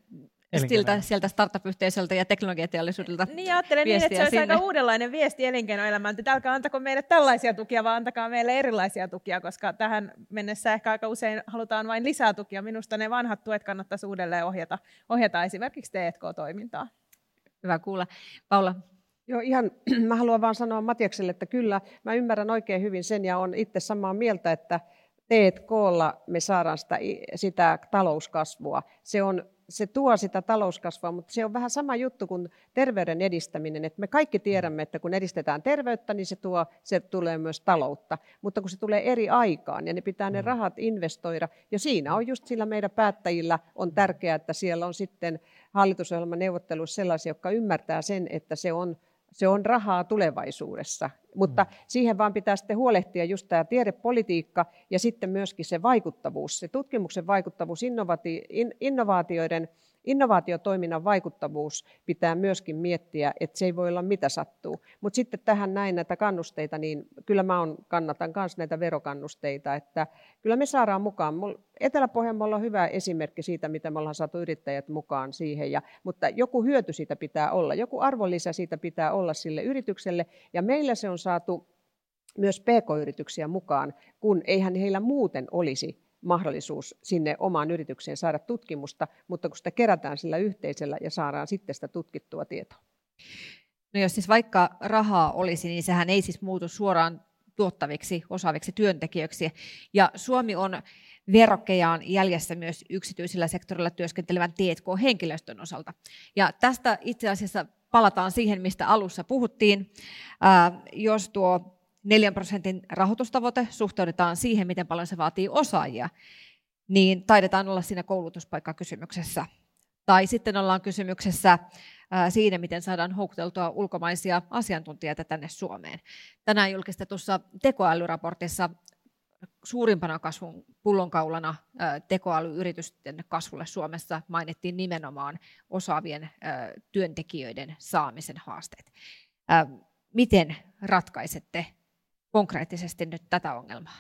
sieltä startup-yhteisöltä ja teknologiateollisuudelta.
Niin, ajattelen niin, että se olisi aika uudenlainen viesti elinkeinoelämään, että älkää antako meille tällaisia tukia, vaan antakaa meille erilaisia tukia, koska tähän mennessä ehkä aika usein halutaan vain lisää tukia. Minusta ne vanhat tuet kannattaisi uudelleen ohjata esimerkiksi T&K-toimintaa.
Hyvä kuulla. Paula.
Joo, mä haluan vaan sanoa Matiakselle, että kyllä, mä ymmärrän oikein hyvin sen ja olen itse samaa mieltä, että T&K:lla me saadaan sitä talouskasvua. Se tuo sitä talouskasvua, mutta se on vähän sama juttu kuin terveyden edistäminen. Että me kaikki tiedämme, että kun edistetään terveyttä, niin se tulee myös taloutta. Mutta kun se tulee eri aikaan ja ne pitää ne rahat investoida, ja siinä on just sillä meidän päättäjillä on tärkeää, että siellä on sitten hallitusohjelman neuvotteluissa sellaisia, jotka ymmärtää sen, että se on rahaa tulevaisuudessa, mutta siihen vaan pitää sitten huolehtia just tämä tiedepolitiikka ja sitten myöskin se vaikuttavuus, se tutkimuksen vaikuttavuus, innovaatiotoiminnan vaikuttavuus pitää myöskin miettiä, että se ei voi olla mitä sattuu. Mutta sitten tähän näin näitä kannusteita, niin kyllä mä kannatan myös näitä verokannusteita, että kyllä me saadaan mukaan. Etelä-Pohjanmaalla on hyvä esimerkki siitä, miten me ollaan saatu yrittäjät mukaan siihen, mutta joku hyöty siitä pitää olla, joku arvonlisä siitä pitää olla sille yritykselle, ja meillä se on saatu myös PK-yrityksiä mukaan, kun eihän heillä muuten olisi mahdollisuus sinne omaan yritykseen saada tutkimusta, mutta kun sitä kerätään sillä yhteisellä ja saadaan sitten sitä tutkittua tietoa.
No jos siis vaikka rahaa olisi, niin sehän ei siis muutu suoraan tuottaviksi, osaaviksi työntekijöiksi. Ja Suomi on verrokkejaan jäljessä myös yksityisellä sektorilla työskentelevän T&K-henkilöstön osalta. Ja tästä itse asiassa palataan siihen, mistä alussa puhuttiin. Jos tuo 4% rahoitustavoite suhteutetaan siihen, miten paljon se vaatii osaajia, niin taidetaan olla siinä koulutuspaikkakysymyksessä. Tai sitten ollaan kysymyksessä siinä, miten saadaan houkuteltua ulkomaisia asiantuntijoita tänne Suomeen. Tänään julkistetussa tekoälyraportissa suurimpana kasvun pullonkaulana tekoälyyritysten kasvulle Suomessa mainittiin nimenomaan osaavien työntekijöiden saamisen haasteet. Miten ratkaisette konkreettisesti nyt tätä ongelmaa?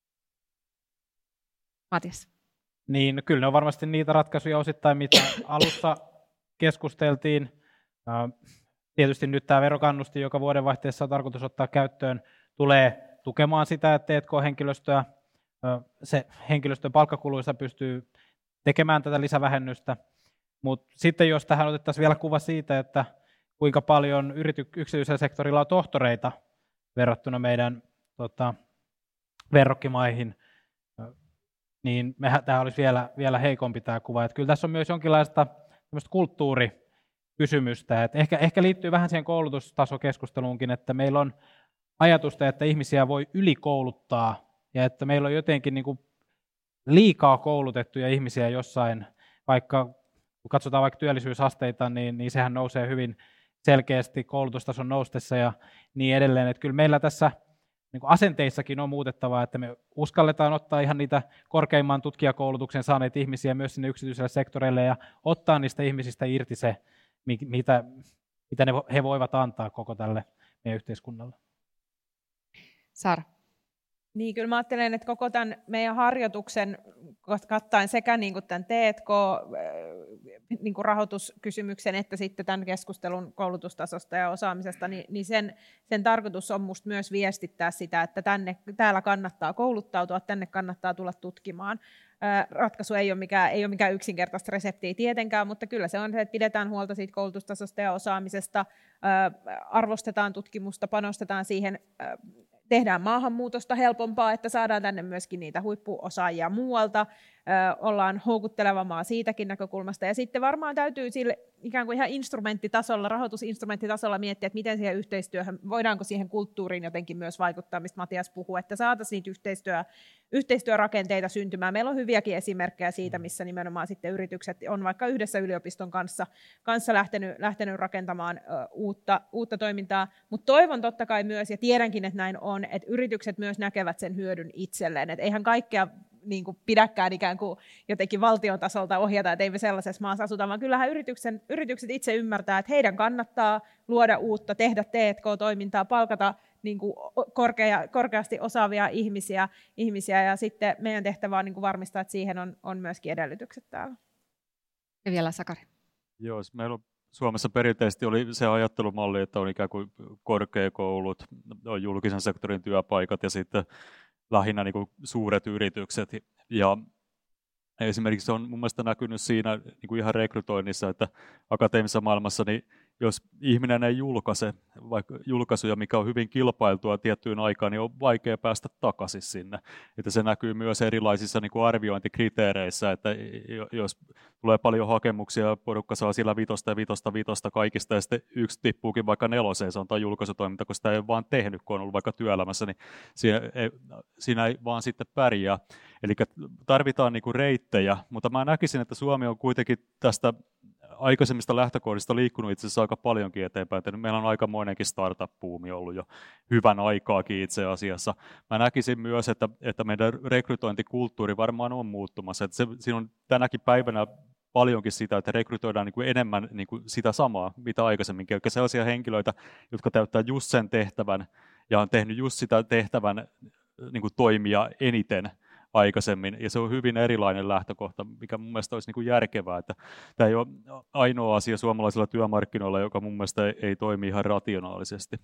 Matias.
Niin, kyllä ne on varmasti niitä ratkaisuja osittain, mitä alussa keskusteltiin. Tietysti nyt tämä verokannustin, joka vuodenvaihteessa on tarkoitus ottaa käyttöön, tulee tukemaan sitä, että T&K-henkilöstöä, se henkilöstön palkkakuluissa pystyy tekemään tätä lisävähennystä. Mutta sitten jos tähän otettaisiin vielä kuva siitä, että kuinka paljon yksityisellä sektorilla on tohtoreita verrattuna meidän verrokkimaihin, niin tämä olisi vielä heikompi tämä kuva. Että kyllä tässä on myös jonkinlaista kulttuurikysymystä. Että ehkä liittyy vähän siihen koulutustasokeskusteluunkin, että meillä on ajatusta, että ihmisiä voi ylikouluttaa ja että meillä on jotenkin niin kuin liikaa koulutettuja ihmisiä jossain, vaikka kun katsotaan vaikka työllisyysasteita, niin sehän nousee hyvin selkeästi koulutustason noustessa ja niin edelleen. Että kyllä meillä tässä niin kuin asenteissakin on muutettavaa, että me uskalletaan ottaa ihan niitä korkeimman tutkijakoulutuksen saaneita ihmisiä myös sinne yksityiselle sektorille ja ottaa niistä ihmisistä irti se, mitä he voivat antaa koko tälle meidän yhteiskunnalle.
Saara.
Niin, kyllä mä ajattelen, että koko tämän meidän harjoituksen kattaen sekä niin kuin tämän T&K-rahoituskysymyksen että sitten tämän keskustelun koulutustasosta ja osaamisesta, niin sen tarkoitus on musta myös viestittää sitä, että täällä kannattaa kouluttautua, tänne kannattaa tulla tutkimaan. Ratkaisu ei ole mikään yksinkertaista reseptiä tietenkään, mutta kyllä se on se, että pidetään huolta siitä koulutustasosta ja osaamisesta, arvostetaan tutkimusta, panostetaan siihen, tehdään maahanmuutosta helpompaa, että saadaan tänne myöskin niitä huippuosaajia muualta, ollaan houkutteleva maa siitäkin näkökulmasta. Ja sitten varmaan täytyy sille ikään kuin ihan instrumenttitasolla, rahoitusinstrumenttitasolla miettiä, että miten siihen yhteistyöhön, voidaanko siihen kulttuuriin jotenkin myös vaikuttaa, mistä Matias puhuu, että saataisiin niitä yhteistyörakenteita syntymään. Meillä on hyviäkin esimerkkejä siitä, missä nimenomaan sitten yritykset on vaikka yhdessä yliopiston kanssa lähtenyt rakentamaan uutta toimintaa, mutta toivon totta kai myös, ja tiedänkin, että näin on, että yritykset myös näkevät sen hyödyn itselleen, että eihän kaikkea niin kuin pidäkään ikään kuin jotenkin valtion tasolta ohjata, että ei me sellaisessa maassa asuta, vaan kyllähän yritykset itse ymmärtää, että heidän kannattaa luoda uutta, tehdä T&K-toimintaa, palkata niin kuin korkeasti osaavia ihmisiä ja sitten meidän tehtävä on niin kuin varmistaa, että siihen on myöskin edellytykset täällä.
Ja vielä Sakari.
Joo, meillä on Suomessa perinteisesti oli se ajattelumalli, että on ikään kuin korkeakoulut, on julkisen sektorin työpaikat ja sitten lähinnä niin kuin suuret yritykset. Ja esimerkiksi se on mun mielestä näkynyt siinä niin kuin ihan rekrytoinnissa, että akateemisessa maailmassa, niin jos ihminen ei julkaise vaikka julkaisuja, mikä on hyvin kilpailtua tiettyyn aikaan, niin on vaikea päästä takaisin sinne. Että se näkyy myös erilaisissa niin kuin arviointikriteereissä, että jos tulee paljon hakemuksia, porukka saa sillä 5 kaikista, ja sitten yksi tippuukin vaikka 4, se on tai julkaisutoiminta, kun sitä ei ole vaan tehnyt, kun on ollut vaikka työelämässä, niin siinä ei vaan sitten pärjää. Eli tarvitaan niin kuin reittejä, mutta mä näkisin, että Suomi on kuitenkin tästä aikaisemmista lähtökohdista liikkunut itse asiassa aika paljonkin eteenpäin. Meillä on aikamoinenkin startup-buumi ollut jo hyvän aikaakin itse asiassa. Mä näkisin myös, että meidän rekrytointikulttuuri varmaan on muuttumassa. Että siinä on tänäkin päivänä paljonkin sitä, että rekrytoidaan niin kuin enemmän niin kuin sitä samaa, mitä aikaisemminkin. Eli sellaisia henkilöitä, jotka täyttää just sen tehtävän ja on tehnyt just sitä tehtävän niin kuin toimia eniten aikaisemmin, ja se on hyvin erilainen lähtökohta, mikä mun mielestä olisi niin kuin järkevää, että tämä ei ole ainoa asia suomalaisilla työmarkkinoilla, joka mun mielestä ei toimi ihan rationaalisesti.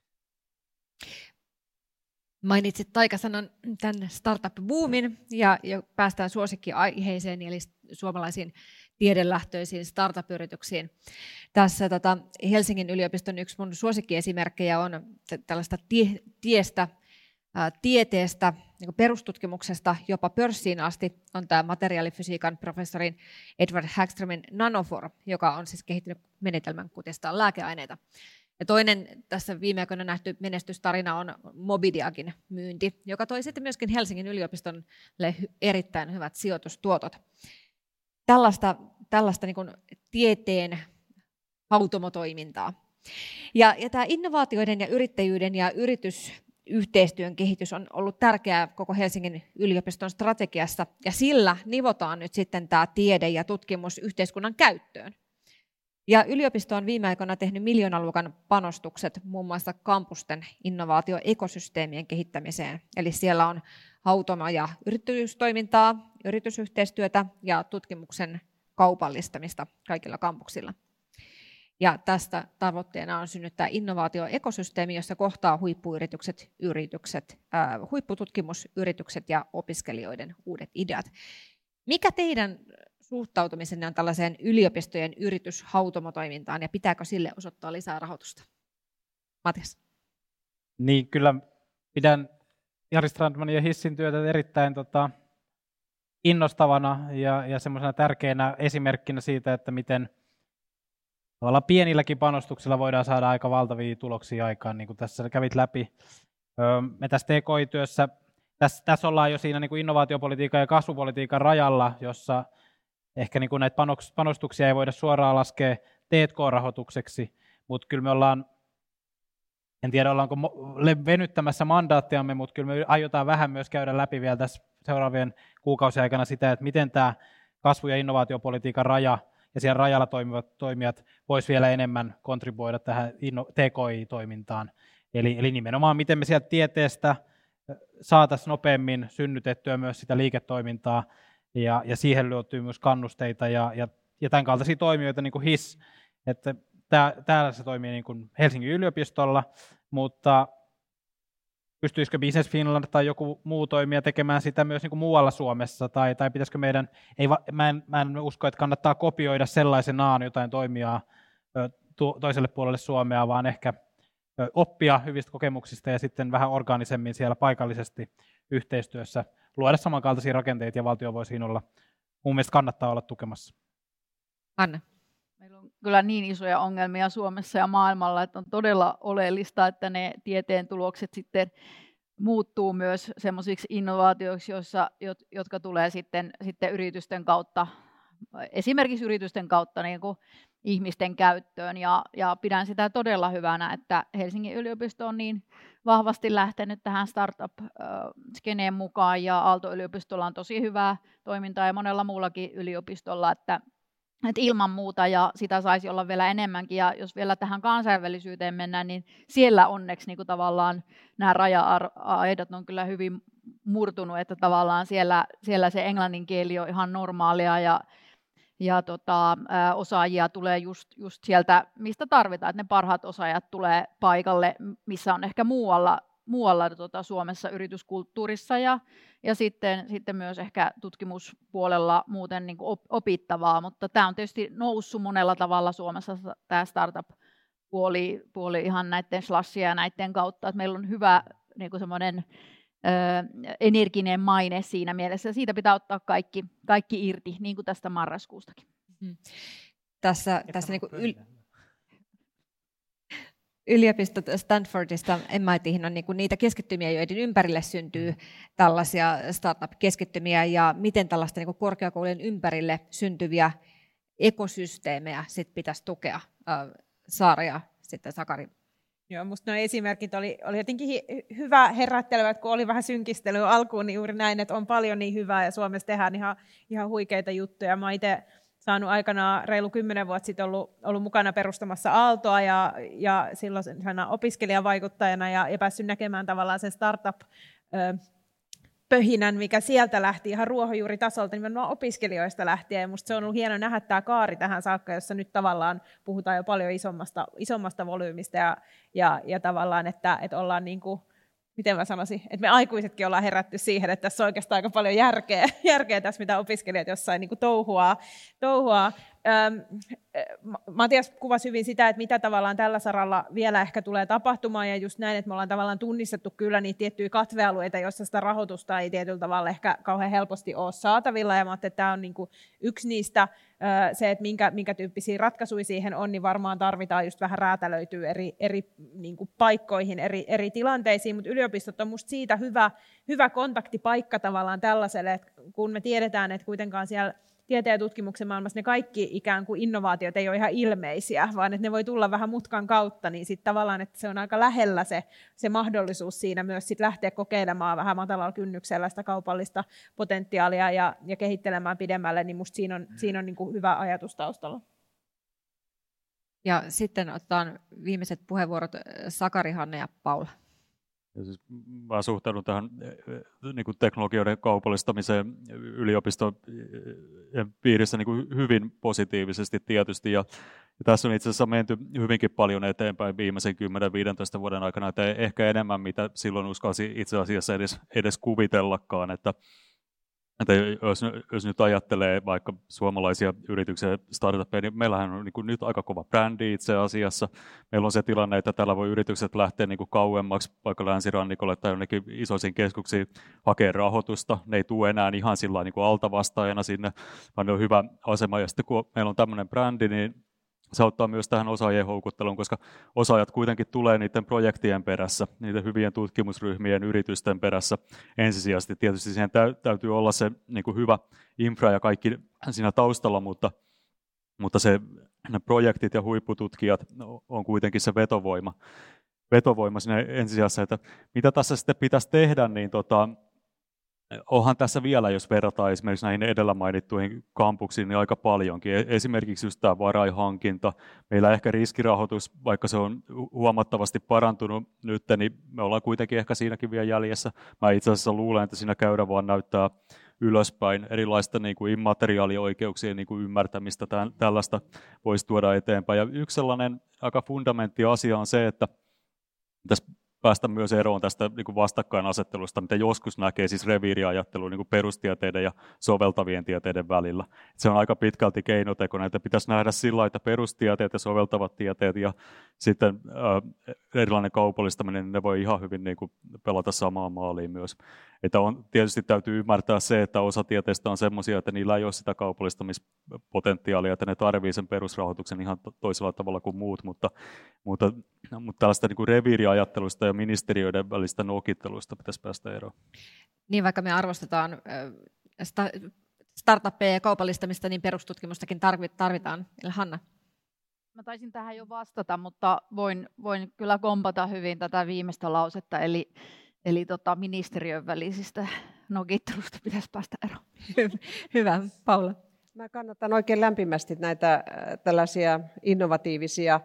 Mainitsit taikasanan tämän startup-boomin, ja päästään suosikkiaiheeseen, eli suomalaisiin tiedelähtöisiin startup-yrityksiin. Tässä Helsingin yliopiston yksi mun suosikkiesimerkkejä on tällaista tieteestä, niin perustutkimuksesta jopa pörssiin asti on tämä materiaalifysiikan professorin Edward Hagströmin Nanofor, joka on siis kehittynyt menetelmän kutistaa lääkeaineita. Ja toinen tässä viime aikoina nähty menestystarina on Mobidiagin myynti, joka toi sitten myöskin Helsingin yliopistolle erittäin hyvät sijoitustuotot. Tällaista niin kuin tieteen hautomotoimintaa. Ja tämä innovaatioiden ja yrittäjyyden ja yhteistyön kehitys on ollut tärkeää koko Helsingin yliopiston strategiassa, ja sillä nivotaan nyt sitten tämä tiede ja tutkimus yhteiskunnan käyttöön. Ja yliopisto on viime aikoina tehnyt miljoonaluokan panostukset muun muassa kampusten innovaatioekosysteemien kehittämiseen. Eli siellä on hautoma- ja yritystoimintaa, yritysyhteistyötä ja tutkimuksen kaupallistamista kaikilla kampuksilla. Ja tästä tavoitteena on synnyttää innovaatioekosysteemi, jossa kohtaa huippuyritykset, huippututkimusyritykset ja opiskelijoiden uudet ideat. Mikä teidän suhtautumisenne on tällaiseen yliopistojen yrityshautomotoimintaan ja pitääkö sille osoittaa lisää rahoitusta? Matias.
Niin, kyllä pidän Jari Strandmanin ja HISSin työtä erittäin innostavana ja semmoisena tärkeänä esimerkkinä siitä, että miten tavallaan pienilläkin panostuksilla voidaan saada aika valtavia tuloksia aikaan, niin kuin tässä kävit läpi. Me tässä TKI-työssä, tässä ollaan jo siinä niin kuin innovaatiopolitiikan ja kasvupolitiikan rajalla, jossa ehkä niin kuin näitä panostuksia ei voida suoraan laskea T&K-rahoitukseksi, mutta kyllä me ollaan, en tiedä ollaanko venyttämässä mandaattiamme, mutta kyllä me aiotaan vähän myös käydä läpi vielä tässä seuraavien kuukausien aikana sitä, että miten tämä kasvu- ja innovaatiopolitiikan raja ja siellä rajalla toimivat toimijat voisivat vielä enemmän kontribuoida tähän TKI-toimintaan. Eli nimenomaan miten me sieltä tieteestä saataisiin nopeammin synnytettyä myös sitä liiketoimintaa, ja siihen löytyy myös kannusteita ja tämän kaltaisia toimijoita niin kuin HIS, että täällä se toimii niin kuin Helsingin yliopistolla, mutta pystyisikö Business Finland tai joku muu toimija tekemään sitä myös niin kuin muualla Suomessa, tai pitäisikö meidän, mä en usko, että kannattaa kopioida sellaisenaan jotain toimijaa toiselle puolelle Suomea, vaan ehkä oppia hyvistä kokemuksista ja sitten vähän orgaanisemmin siellä paikallisesti yhteistyössä luoda samankaltaisia rakenteita, ja valtio voi siinä olla, mun mielestä kannattaa olla tukemassa.
Anna.
Meillä on kyllä niin isoja ongelmia Suomessa ja maailmalla, että on todella oleellista, että ne tieteen tulokset sitten muuttuu myös semmoisiksi innovaatioiksi, jotka tulee sitten yritysten kautta, esimerkiksi yritysten kautta niin kuin ihmisten käyttöön, ja pidän sitä todella hyvänä, että Helsingin yliopisto on niin vahvasti lähtenyt tähän startup-skeneen mukaan, ja Aalto-yliopistolla on tosi hyvää toimintaa ja monella muullakin yliopistolla, että ilman muuta, ja sitä saisi olla vielä enemmänkin, ja jos vielä tähän kansainvälisyyteen mennään, niin siellä onneksi niin kuin tavallaan nämä raja-aidat on kyllä hyvin murtunut, että tavallaan siellä se englannin kieli on ihan normaalia, ja osaajia tulee just sieltä, mistä tarvitaan, että ne parhaat osaajat tulee paikalle, missä on ehkä muualla Suomessa yrityskulttuurissa ja sitten myös ehkä tutkimuspuolella muuten niin kuin opittavaa, mutta tämä on tietysti noussut monella tavalla Suomessa, tämä startup-puoli ihan näiden slashia ja näiden kautta, että meillä on hyvä niin kuin semmoinen energinen maine siinä mielessä, ja siitä pitää ottaa kaikki irti, niin kuin tästä marraskuustakin.
Tässä niin kuin yliopistot Stanfordista MIT:hin on niinku niitä keskittymiä, joiden ympärille syntyy tällaisia startup-keskittymiä, ja miten tällaista niinku korkeakoulujen ympärille syntyviä ekosysteemejä sit pitäisi tukea. Saara ja sitten Sakari.
Joo, musta nuo esimerkit oli jotenkin hyvä herättelevät, kun oli vähän synkistelyä alkuun, niin juuri näin, että on paljon niin hyvää ja Suomessa tehdään ihan huikeita juttuja. Mä itse saanut aikanaan reilu 10 vuotta sitten ollut mukana perustamassa Aaltoa ja silloin opiskelijavaikuttajana ja päässyt näkemään tavallaan sen startup-pöhinän, mikä sieltä lähti ihan ruohonjuuritasolta, nimenomaan opiskelijoista lähtien. Ja musta se on ollut hieno nähdä tämä kaari tähän saakka, jossa nyt tavallaan puhutaan jo paljon isommasta volyymista ja tavallaan, että ollaan niin kuin, miten mä sanoisin, että me aikuisetkin ollaan herätty siihen, että tässä on oikeastaan aika paljon järkeä tässä, mitä opiskelijat jossain niin kuin touhuaa. Matias kuvasi hyvin sitä, että mitä tavallaan tällä saralla vielä ehkä tulee tapahtumaan, ja just näin, että me ollaan tavallaan tunnistettu kyllä niitä tiettyjä katvealueita, joissa sitä rahoitusta ei tietyllä tavalla ehkä kauhean helposti ole saatavilla, ja mä ajattelin, että tämä on niin kuin yksi niistä, se, että minkä tyyppisiä ratkaisuja siihen on, niin varmaan tarvitaan just vähän räätälöityä eri niin kuin paikkoihin, eri tilanteisiin, mutta yliopistot on musta siitä hyvä kontaktipaikka tavallaan tällaiselle, että kun me tiedetään, että kuitenkaan siellä tieteen ja tutkimuksen maailmassa ne kaikki ikään kuin innovaatiot ei ole ihan ilmeisiä, vaan että ne voi tulla vähän mutkan kautta, niin sitten tavallaan, että se on aika lähellä se mahdollisuus siinä myös sit lähteä kokeilemaan vähän matalalla kynnyksellä sitä kaupallista potentiaalia ja kehittelemään pidemmälle, niin musta siinä on niin kuin hyvä ajatus taustalla.
Ja sitten otetaan viimeiset puheenvuorot Sakari, Hanne ja Paula.
Ja siis mä suhtaudun tähän niin kuin teknologioiden kaupallistamiseen yliopiston piirissä niin kuin hyvin positiivisesti tietysti. Ja tässä on itse asiassa menty hyvinkin paljon eteenpäin viimeisen 10-15 vuoden aikana, että ehkä enemmän, mitä silloin uskalsi itse asiassa edes kuvitellakaan. Että jos nyt ajattelee vaikka suomalaisia yrityksiä, startuppeja, niin meillähän on niin kuin nyt aika kova brändi itse asiassa. Meillä on se tilanne, että täällä voi yritykset lähteä niin kuin kauemmaksi, vaikka länsirannikolle tai jonnekin isoisiin keskuksiin hakea rahoitusta. Ne ei tule enää ihan sillä niin kuin altavastaajana sinne, vaan ne on hyvä asema. Ja sitten kun meillä on tämmöinen brändi, niin se auttaa myös tähän osaajien houkutteluun, koska osaajat kuitenkin tulee niiden projektien perässä, niiden hyvien tutkimusryhmien, yritysten perässä ensisijaisesti. Tietysti siihen täytyy olla se niin kuin hyvä infra ja kaikki siinä taustalla, mutta ne projektit ja huippututkijat on kuitenkin se vetovoima siinä ensisijassa, että mitä tässä sitten pitäisi tehdä, niin onhan tässä vielä, jos verrataan esimerkiksi näihin edellä mainittuihin kampuksiin, niin aika paljonkin. Esimerkiksi just tämä varainhankinta. Meillä ehkä riskirahoitus, vaikka se on huomattavasti parantunut nyt, niin me ollaan kuitenkin ehkä siinäkin vielä jäljessä. Mä itse asiassa luulen, että siinä käyrä vaan näyttää ylöspäin. Erilaista niin kuin immateriaalioikeuksien niin kuin ymmärtämistä, tällaista voisi tuoda eteenpäin. Ja yksi sellainen aika fundamentti asia on se, että tässä päästä myös eroon tästä niin kuin vastakkainasettelusta, mitä joskus näkee, siis reviiriajattelua niin kuin perustieteiden ja soveltavien tieteiden välillä. Se on aika pitkälti keinotekoinen, että pitäisi nähdä sillä, että perustieteet ja soveltavat tieteet ja sitten erilainen kaupallistaminen, niin ne voi ihan hyvin niin kuin pelata samaan maaliin myös. Että tietysti täytyy ymmärtää se, että osa tieteistä on semmoisia, että niillä ei ole sitä kaupallistamispotentiaalia, että ne tarvitsee sen perusrahoituksen ihan toisella tavalla kuin muut, mutta tällaista niin kuin reviiriajattelusta ja ministeriöiden välistä nokittelusta pitäisi päästä eroon.
Niin, vaikka me arvostetaan startuppeja ja kaupallistamista, niin perustutkimustakin tarvitaan. Hanna?
Mä taisin tähän jo vastata, mutta voin kyllä kompata hyvin tätä viimeistä lausetta, eli ministeriön välisistä nokittelusta pitäisi päästä eroon.
Hyvä. Paula?
Mä kannatan oikein lämpimästi näitä tällaisia innovatiivisia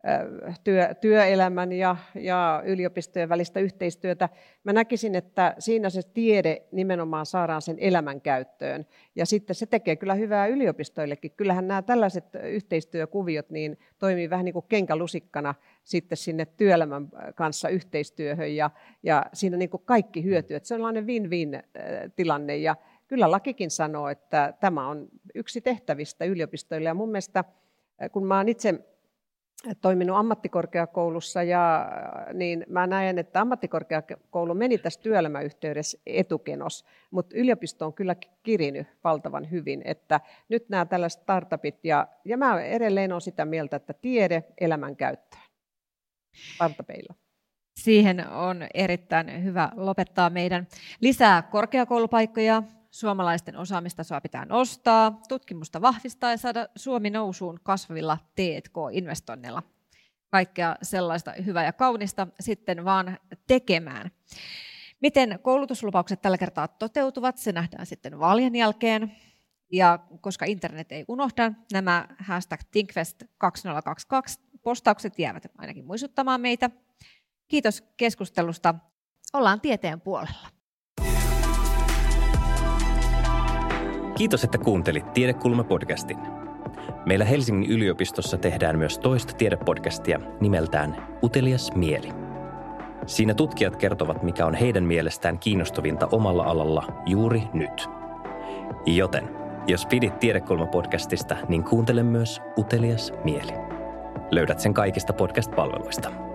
työelämän ja yliopistojen välistä yhteistyötä. Mä näkisin, että siinä se tiede nimenomaan saadaan sen elämän käyttöön. Ja sitten se tekee kyllä hyvää yliopistoillekin. Kyllähän nämä tällaiset yhteistyökuviot niin toimii vähän niin kuin kenkälusikkana sitten sinne työelämän kanssa yhteistyöhön. Ja siinä niin kuin kaikki hyötyy. Että se on sellainen win-win-tilanne. Ja kyllä lakikin sanoo, että tämä on yksi tehtävistä yliopistoille. Ja mun mielestä, kun mä oon itse toiminut ammattikorkeakoulussa, niin mä näen, että ammattikorkeakoulu meni tässä työelämäyhteydessä etukenos, mutta yliopisto on kyllä kirinyt valtavan hyvin, että nyt nämä tällaiset startupit, ja mä edelleen olen sitä mieltä, että tiede elämän käyttöön startupeilla.
Siihen on erittäin hyvä lopettaa meidän. Lisää korkeakoulupaikkoja, suomalaisten osaamistasoa pitää nostaa, tutkimusta vahvistaa ja saada Suomi nousuun kasvavilla T&K-investoinneilla. Kaikkea sellaista hyvää ja kaunista sitten vaan tekemään. Miten koulutuslupaukset tällä kertaa toteutuvat, se nähdään sitten vaalien jälkeen. Ja koska internet ei unohda, nämä #ThinkFest2022 postaukset jäävät ainakin muistuttamaan meitä. Kiitos keskustelusta. Ollaan tieteen puolella.
Kiitos, että kuuntelit Tiedekulma-podcastin. Meillä Helsingin yliopistossa tehdään myös toista tiedepodcastia nimeltään Utelias mieli. Siinä tutkijat kertovat, mikä on heidän mielestään kiinnostavinta omalla alalla juuri nyt. Joten, jos pidit Tiedekulma-podcastista, niin kuuntele myös Utelias mieli. Löydät sen kaikista podcast-palveluista.